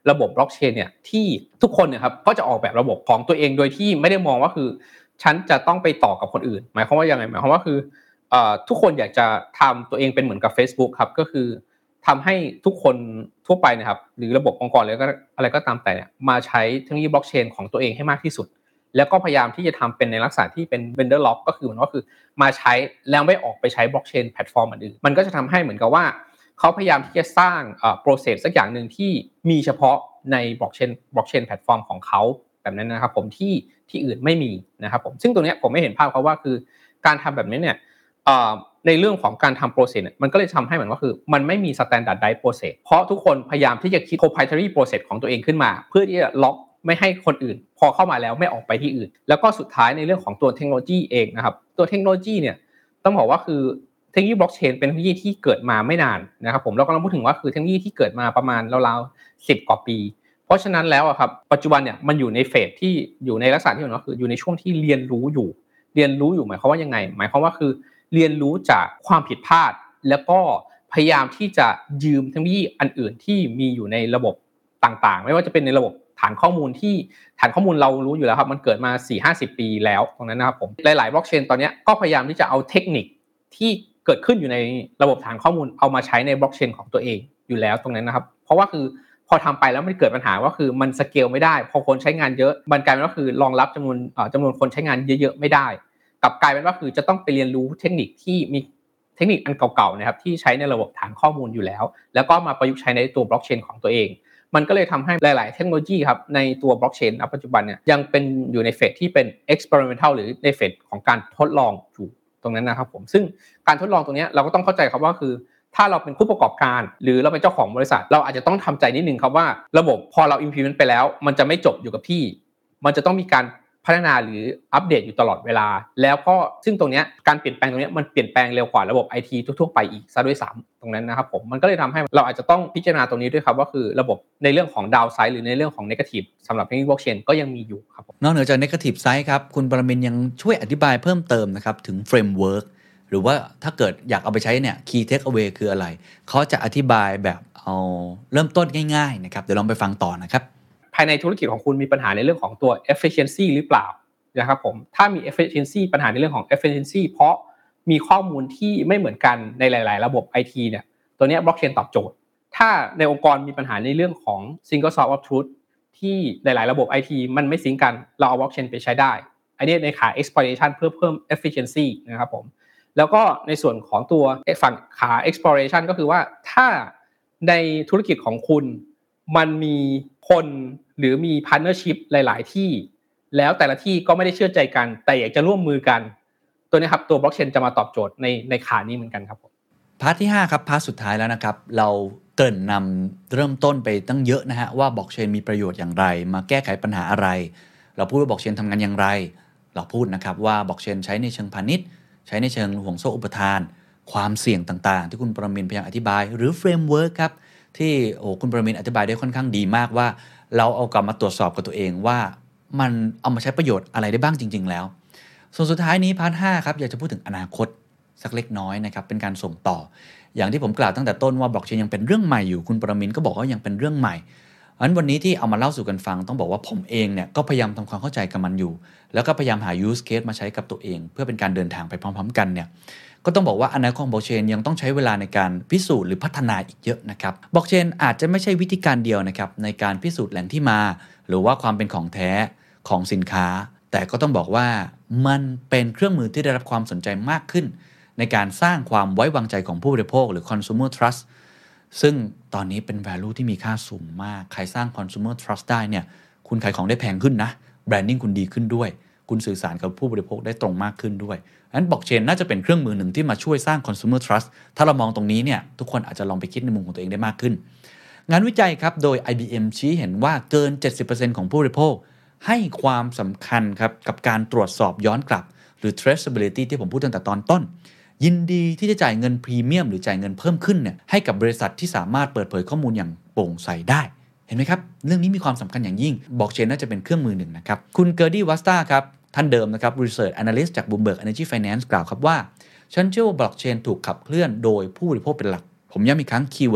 ระบบบล็อกเชนเนี่ยที่ทุกคนเนี่ยครับก็จะออกแบบระบบของตัวเองโดยที่ไม่ได้มองว่าคือฉันจะต้องไปต่อกับคนอื่นหมายความว่ายังไงหมายความว่าคือเอ่อทุกคนอยากจะทำตัวเองเป็นเหมือนกับ Facebook ครับก็คือทำให้ทุกคนทั่วไปนะครับหรือระบบองค์กรอะไรก็อะไรก็ตามแต่เนี่ยมาใช้เทคโนโลยีบล็อกเชนของตัวเองให้มากที่สุดแล้วก็พยายามที่จะทำเป็นในลักษณะที่เป็น vendor lock ก็คือเหมือนว่าคือมาใช้แล้วไม่ออกไปใช้บล็อกเชนแพลตฟอร์มอื่นมันก็จะทำให้เหมือนกับว่าเขาพยายามที่จะสร้างเอ่อ process สักอย่างนึงที่มีเฉพาะในบล็อกเชนบล็อกเชนแพลตฟอร์มของเขาแบบนั้นนะครับผมที่ที่อื่นไม่มีนะครับผมซึ่งตรงนี้ผมไม่เห็นภาพเขาว่าคือการทำแบบนี้เนี่ยเอ่อในเรื่องของการทำ process เนี่ยมันก็เลยทำให้เหมือนว่าคือมันไม่มี standardized process เพราะทุกคนพยายามที่จะคิด proprietary process ของตัวเองขึ้นมาเพื่อที่จะล็อกไม่ให้คนอื่นพอเข้ามาแล้วไม่ออกไปที่อื่นแล้วก็สุดท้ายในเรื่องของตัวเทคโนโลยีเองนะครับตัวเทคโนโลยีเนี่ยต้องบอกว่าคือเทคโนโลยีบล็อกเชนเป็นเทคโนโลยีที่เกิดมาไม่นานนะครับผมเรากำลังพูดถึงว่าคือเทคโนโลยีที่เกิดมาประมาณราวๆสิบกว่าปีเพราะฉะนั้นแล้วอะครับปัจจุบันเนี่ยมันอยู่ในเฟสที่อยู่ในลักษณะที่เหมือนว่าคืออยู่ในช่วงที่เรียนรู้อยู่เรียนรู้อยู่หมายความว่ายังไงหมายความว่าคือเรียนรู้จากความผิดพลาดแล้วก็พยายามที่จะยืมเทคโนโลยีอันอื่นที่มีอยู่ในระบบต่างๆไม่ว่าจะเป็นในระบบฐานข้อมูลที่ฐานข้อมูลเรารู้อยู่แล้วครับมันเกิดมา สี่ห้าสิบ ปีแล้วตรงนั้นนะครับผมหลายๆบล็อกเชนตอนนี้ก็พยายามที่จะเอาเทคนิคที่เกิดขึ้นอยู่ในระบบฐานข้อมูลเอามาใช้ในบล็อกเชนของตัวเองอยู่แล้วตรงนั้นนะครับเพราะว่าคือพอทำไปแล้วมันเกิดปัญหาว่าคือมันสเกลไม่ได้พอคนใช้งานเยอะมันกลายเป็นว่าคือรองรับจำนวนเอ่อจำนวนคนใช้งานเยอะๆไม่ได้กลับกลายเป็นว่าคือจะต้องไปเรียนรู้เทคนิคที่มีเทคนิคอันเก่าๆนะครับที่ใช้ในระบบฐานข้อมูลอยู่แล้วแล้วก็มาประยุกต์ใช้ในตัวบล็อกเชนของตัวเองมันก็เลยทำให้หลายๆเทคโนโลยีครับในตัวบล็อกเชนณปัจจุบันเนี่ยยังเป็นอยู่ในเฟสที่เป็น experimental หรือในเฟสของการทดลองอยู่ตรงนั้นนะครับผมซึ่งการทดลองตรงนี้เราก็ต้องเข้าใจครับว่าคือถ้าเราเป็นผู้ประกอบการหรือเราเป็นเจ้าของบริษัทเราอาจจะต้องทำใจนิดนึงครับว่าระบบพอเรา implement ไปแล้วมันจะไม่จบอยู่กับที่มันจะต้องมีการพัฒนาหรืออัปเดตอยู่ตลอดเวลาแล้วก็ซึ่งตรงนี้การเปลี่ยนแปลงตรงนี้มันเปลี่ยนแปลงเร็วกว่าระบบ ไอ ที ทั่วๆไปอีกซะด้วยซ้ำตรงนั้นนะครับผมมันก็เลยทำให้เราอาจจะต้องพิจารณาตรงนี้ด้วยครับว่าคือระบบในเรื่องของ downside หรือในเรื่องของ negative สำหรับเทคโนโลยี blockchain ก็ยังมีอยู่ครับนอกเหนือจาก negative side ครับคุณปรมินทร์ยังช่วยอธิบายเพิ่มเติมนะครับถึง framework หรือว่าถ้าเกิดอยากเอาไปใช้เนี่ย key takeaway คืออะไรเขาจะอธิบายแบบเอาเริ่มต้นง่ายๆนะครับเดี๋ยวลองไปฟังต่อนะครับภายในธุรกิจของคุณมีปัญหาในเรื่องของตัว efficiency หรือเปล่านะครับผมถ้ามี efficiency ปัญหาในเรื่องของ efficiency เพราะมีข้อมูลที่ไม่เหมือนกันในหลายๆระบบ ไอ ที เนี่ยตัวนี้ blockchain ตอบโจทย์ถ้าในองค์กรมีปัญหาในเรื่องของ single source of truth ที่หลายๆระบบ ไอ ที มันไม่ซิงค์กันเราเอา blockchain ไปใช้ได้อันนี้ในขา exploration เพื่อเพิ่ม efficiency นะครับผมแล้วก็ในส่วนของตัวฝั่งขา exploration ก็คือว่าถ้าในธุรกิจของคุณมันมีคนหรือมี partnership หลายๆที่แล้วแต่ละที่ก็ไม่ได้เชื่อใจกันแต่อยากจะร่วมมือกันตัวนี้ครับตัวบล็อกเชนจะมาตอบโจทย์ในในขานี้เหมือนกันครับผมพาร์ทที่ห้าครับพาร์ทสุดท้ายแล้วนะครับเราเกริ่นนำเริ่มต้นไปตั้งเยอะนะฮะว่าบล็อกเชนมีประโยชน์อย่างไรมาแก้ไขปัญหาอะไรเราพูดว่าบล็อกเชนทำงานอย่างไรเราพูดนะครับว่าบล็อกเชนใช้ในเชิงพาณิชย์ใช้ในเชิงห่วงโซ่อุปทานความเสี่ยงต่างๆที่คุณปรมินทร์พยายามอธิบายหรือเฟรมเวิร์คครับที่โอ้คุณปรมินทร์อธิบายได้ค่อนข้างดีมากว่าเราเอากลับมาตรวจสอบกับตัวเองว่ามันเอามาใช้ประโยชน์อะไรได้บ้างจริงๆแล้วส่วนสุดท้ายนี้พาร์ทห้าครับอยากจะพูดถึงอนาคตสักเล็กน้อยนะครับเป็นการส่งต่ออย่างที่ผมกล่าวตั้งแต่ต้นว่าบล็อกเชนยังเป็นเรื่องใหม่อยู่คุณปรมินทร์ก็บอกว่ายังเป็นเรื่องใหม่เพราะฉะนั้นวันนี้ที่เอามาเล่าสู่กันฟังต้องบอกว่าผมเองเนี่ยก็พยายามทำความเข้าใจกับมันอยู่แล้วก็พยายามหา use case มาใช้กับตัวเองเพื่อเป็นการเดินทางไปพร้อมๆกันเนี่ยก็ต้องบอกว่าอนาคตของบล็อกเชนยังต้องใช้เวลาในการพิสูจน์หรือพัฒนาอีกเยอะนะครับบล็อกเชนอาจจะไม่ใช่วิธีการเดียวนะครับในการพิสูจน์แหล่งที่มาหรือว่าความเป็นของแท้ของสินค้าแต่ก็ต้องบอกว่ามันเป็นเครื่องมือที่ได้รับความสนใจมากขึ้นในการสร้างความไว้วางใจของผู้บริโภคหรือ consumer trust ซึ่งตอนนี้เป็น value ที่มีค่าสูงมากใครสร้าง consumer trust ได้เนี่ยคุณขายของได้แพงขึ้นนะ branding คุณดีขึ้นด้วยคุณสื่อสารกับผู้บริโภคได้ตรงมากขึ้นด้วยงั้นบล็อกเชนน่าจะเป็นเครื่องมือหนึ่งที่มาช่วยสร้าง consumer trust ถ้าเรามองตรงนี้เนี่ยทุกคนอาจจะลองไปคิดในมุมของตัวเองได้มากขึ้นงานวิจัยครับโดย ไอ บี เอ็ม ชี้เห็นว่าเกิน เจ็ดสิบเปอร์เซ็นต์ ของผู้บริโภคให้ความสำคัญครับกับการตรวจสอบย้อนกลับหรือ traceability ที่ผมพูดตั้งแต่ตอนต้นยินดีที่จะจ่ายเงินพรีเมียมหรือจ่ายเงินเพิ่มขึ้นเนี่ยให้กับบริษัทที่สามารถเปิดเผยข้อมูลอย่างโปร่งใสได้เห็นไหมครับเรื่องนี้มีความสำคัญอย่างยิ่งบล็อกเชนน่าจะเป็นเครื่องมือหนึ่งนะครับคุณเกอร์ดี้วัสตาครับท่านเดิมนะครับ Research Analyst จาก Bloomberg Energy Finance กล่าวครับว่าฉันเชื่อว่าบล็อกเชนถูกขับเคลื่อนโดยผู้บริโภคเป็นหลักผมย้ำอีกครั้งคีย์เวิร์ด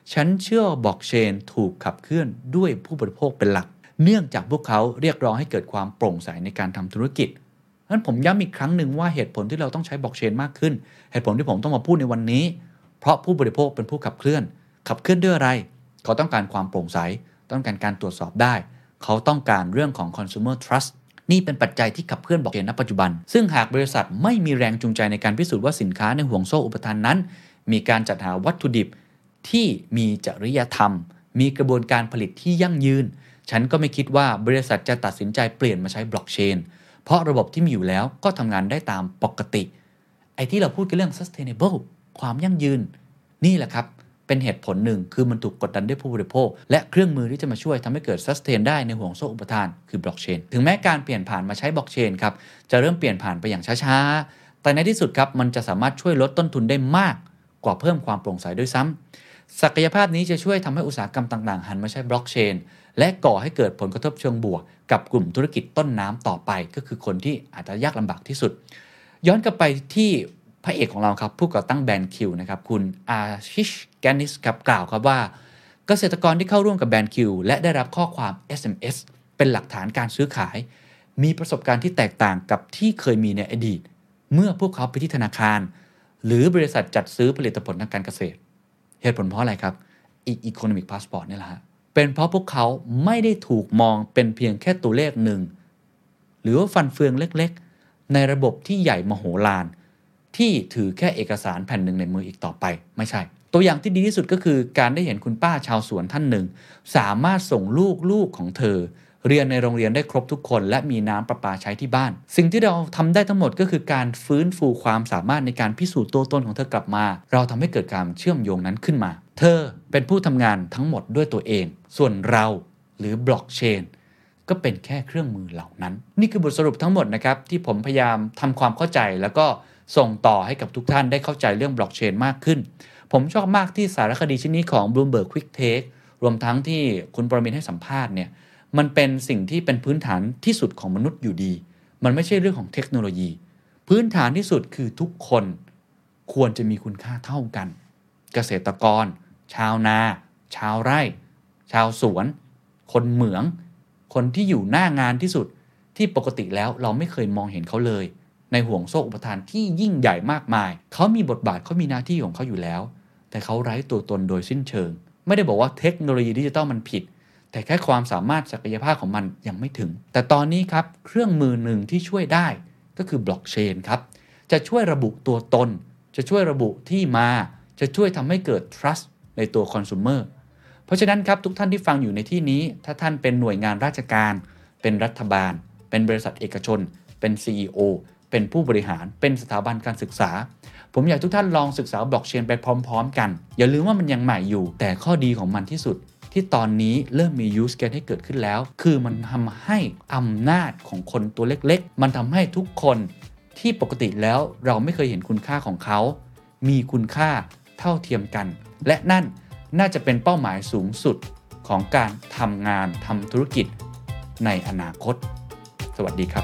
ฉันเชื่อบล็อกเชนถูกขับเคลื่อนด้วยผู้บริโภคเป็นหลักเนื่องจากพวกเขาเรียกร้องให้เกิดความโปร่งใสในการทำธุรกิจงั้นผมย้ำอีกครั้งหนึ่งว่าเหตุผลที่เราต้องใช้บล็อกเชนมากขึ้นเหตุผลที่ผมต้องมาพูดในวันนี้เพราะผู้บริโภคเป็นผู้ขับเคลื่อนขับเคลื่อนด้วยอะไรเขาต้องการความโปร่งใสต้องการการตรวจสอบได้เขาต้องการเรื่องของ consumer trust นี่เป็นปัจจัยที่ขับเคลื่อนบล็อกเชนณปัจจุบันซึ่งหากบริษัทไม่มีแรงจูงใจในการพิสูจน์ว่าสินค้าในห่วงโซ่อุปทานนั้นมีการจัดหาวัตถุดิบที่มีจริยธรรมมีกระบวนการผลิตที่ยั่งยืนฉันก็ไม่คิดว่าบริษัทจะตัดสินใจเปลี่ยนมาใช้บล็อกเชนเพราะระบบที่มีอยู่แล้วก็ทำงานได้ตามปกติไอ้ที่เราพูดกันเรื่อง sustainable ความยั่งยืนนี่แหละครับเป็นเหตุผลหนึ่งคือมันถูกกดดันด้วยผู้บริโภคและเครื่องมือที่จะมาช่วยทำให้เกิด sustain ได้ในห่วงโซ่อุปทานคือบล็อกเชนถึงแม้การเปลี่ยนผ่านมาใช้บล็อกเชนครับจะเริ่มเปลี่ยนผ่านไปอย่างช้าๆแต่ในที่สุดครับมันจะสามารถช่วยลดต้นทุนได้มากกว่าเพิ่มความโปร่งใสด้วยซ้ำศักยภาพนี้จะช่วยทำให้อุตสาหกรรมต่างๆหันมาใช้บล็อกเชนและก่อให้เกิดผลกระทบเชิงบวกกับกลุ่มธุรกิจต้นน้ำต่อไปก็คือคนที่อาจจะยากลำบากที่สุดย้อนกลับไปที่พระเอกของเราครับผู้ก่อตั้งแบรนด์คิวนะครับคุณอาชิชแกนิสครับกล่าวครับว่าเกษตรกรที่เข้าร่วมกับแบรนด์คิวและได้รับข้อความ เอส เอ็ม เอส เป็นหลักฐานการซื้อขายมีประสบการณ์ที่แตกต่างกับที่เคยมีในอดีตเมื่อพวกเขาไปที่ธนาคารหรือบริษัทจัดซื้อผลิตผลทางการเกษตรเหตุผลเพราะอะไรครับอีก Economic Passport นี่แหละฮะเป็นเพราะพวกเขาไม่ได้ถูกมองเป็นเพียงแค่ตัวเลขหนึ่งหรือว่าฟันเฟืองเล็กๆในระบบที่ใหญ่มโหฬารที่ถือแค่เอกสารแผ่นหนึ่งในมืออีกต่อไปไม่ใช่ตัวอย่างที่ดีที่สุดก็คือการได้เห็นคุณป้าชาวสวนท่านหนึ่งสามารถส่งลูกลูกของเธอเรียนในโรงเรียนได้ครบทุกคนและมีน้ำประปาใช้ที่บ้านสิ่งที่เราทำได้ทั้งหมดก็คือการฟื้นฟูความสามารถในการพิสูจน์ตัวตนของเธอกลับมาเราทำให้เกิดการเชื่อมโยงนั้นขึ้นมาเธอเป็นผู้ทำงานทั้งหมดด้วยตัวเองส่วนเราหรือบล็อกเชนก็เป็นแค่เครื่องมือเหล่านั้นนี่คือบทสรุปทั้งหมดนะครับที่ผมพยายามทำความเข้าใจแล้วก็ส่งต่อให้กับทุกท่านได้เข้าใจเรื่องบล็อกเชนมากขึ้นผมชอบมากที่สารคดีชิ้นนี้ของ Bloomberg Quick Take รวมทั้งที่คุณปรมินทร์ให้สัมภาษณ์เนี่ยมันเป็นสิ่งที่เป็นพื้นฐานที่สุดของมนุษย์อยู่ดีมันไม่ใช่เรื่องของเทคโนโลยีพื้นฐานที่สุดคือทุกคนควรจะมีคุณค่าเท่ากันเกษตรกรชาวนาชาวไร่ชาวสวนคนเหมืองคนที่อยู่หน้างานที่สุดที่ปกติแล้วเราไม่เคยมองเห็นเขาเลยในห่วงโซ่อุปทานที่ยิ่งใหญ่มากมายเขามีบทบาทเขามีหน้าที่ของเขาอยู่แล้วแต่เขาไร้ตัวตนโดยสิ้นเชิงไม่ได้บอกว่าเทคโนโลยีดิจิทัลมันผิดแต่แค่ความสามารถศักยภาพของมันยังไม่ถึงแต่ตอนนี้ครับเครื่องมือหนึ่งที่ช่วยได้ก็คือบล็อกเชนครับจะช่วยระบุตัวตนจะช่วยระบุที่มาจะช่วยทำให้เกิด trust ในตัว consumer เพราะฉะนั้นครับทุกท่านที่ฟังอยู่ในที่นี้ถ้าท่านเป็นหน่วยงานราชการเป็นรัฐบาลเป็นบริษัทเอกชนเป็น ซี อี โอ เป็นผู้บริหารเป็นสถาบันการศึกษาผมอยากทุกท่านลองศึกษาบล็อกเชนไปพร้อมๆกันอย่าลืมว่ามันยังใหม่อยู่แต่ข้อดีของมันที่สุดที่ตอนนี้เริ่มมี use case ให้เกิดขึ้นแล้วคือมันทำให้อำนาจของคนตัวเล็กๆมันทำให้ทุกคนที่ปกติแล้วเราไม่เคยเห็นคุณค่าของเขามีคุณค่าเท่าเทียมกันและนั่นน่าจะเป็นเป้าหมายสูงสุดของการทำงานทำธุรกิจในอนาคตสวัสดีครับ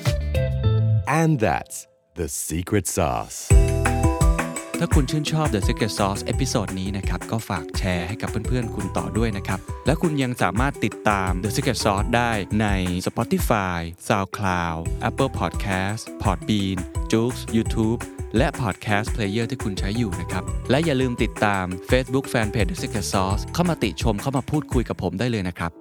And that's the secret sauce ถ้าคุณชื่นชอบ The Secret Sauce เอพิโซดนี้นะครับก็ฝากแชร์ให้กับเพื่อนๆคุณต่อด้วยนะครับและคุณยังสามารถติดตาม The Secret Sauce ได้ใน Spotify, SoundCloud, Apple Podcast, Podbean, Joox, YouTube และ Podcast Player ที่คุณใช้อยู่นะครับและอย่าลืมติดตาม Facebook Fanpage The Secret Sauce เข้ามาติชมเข้ามาพูดคุยกับผมได้เลยนะครับ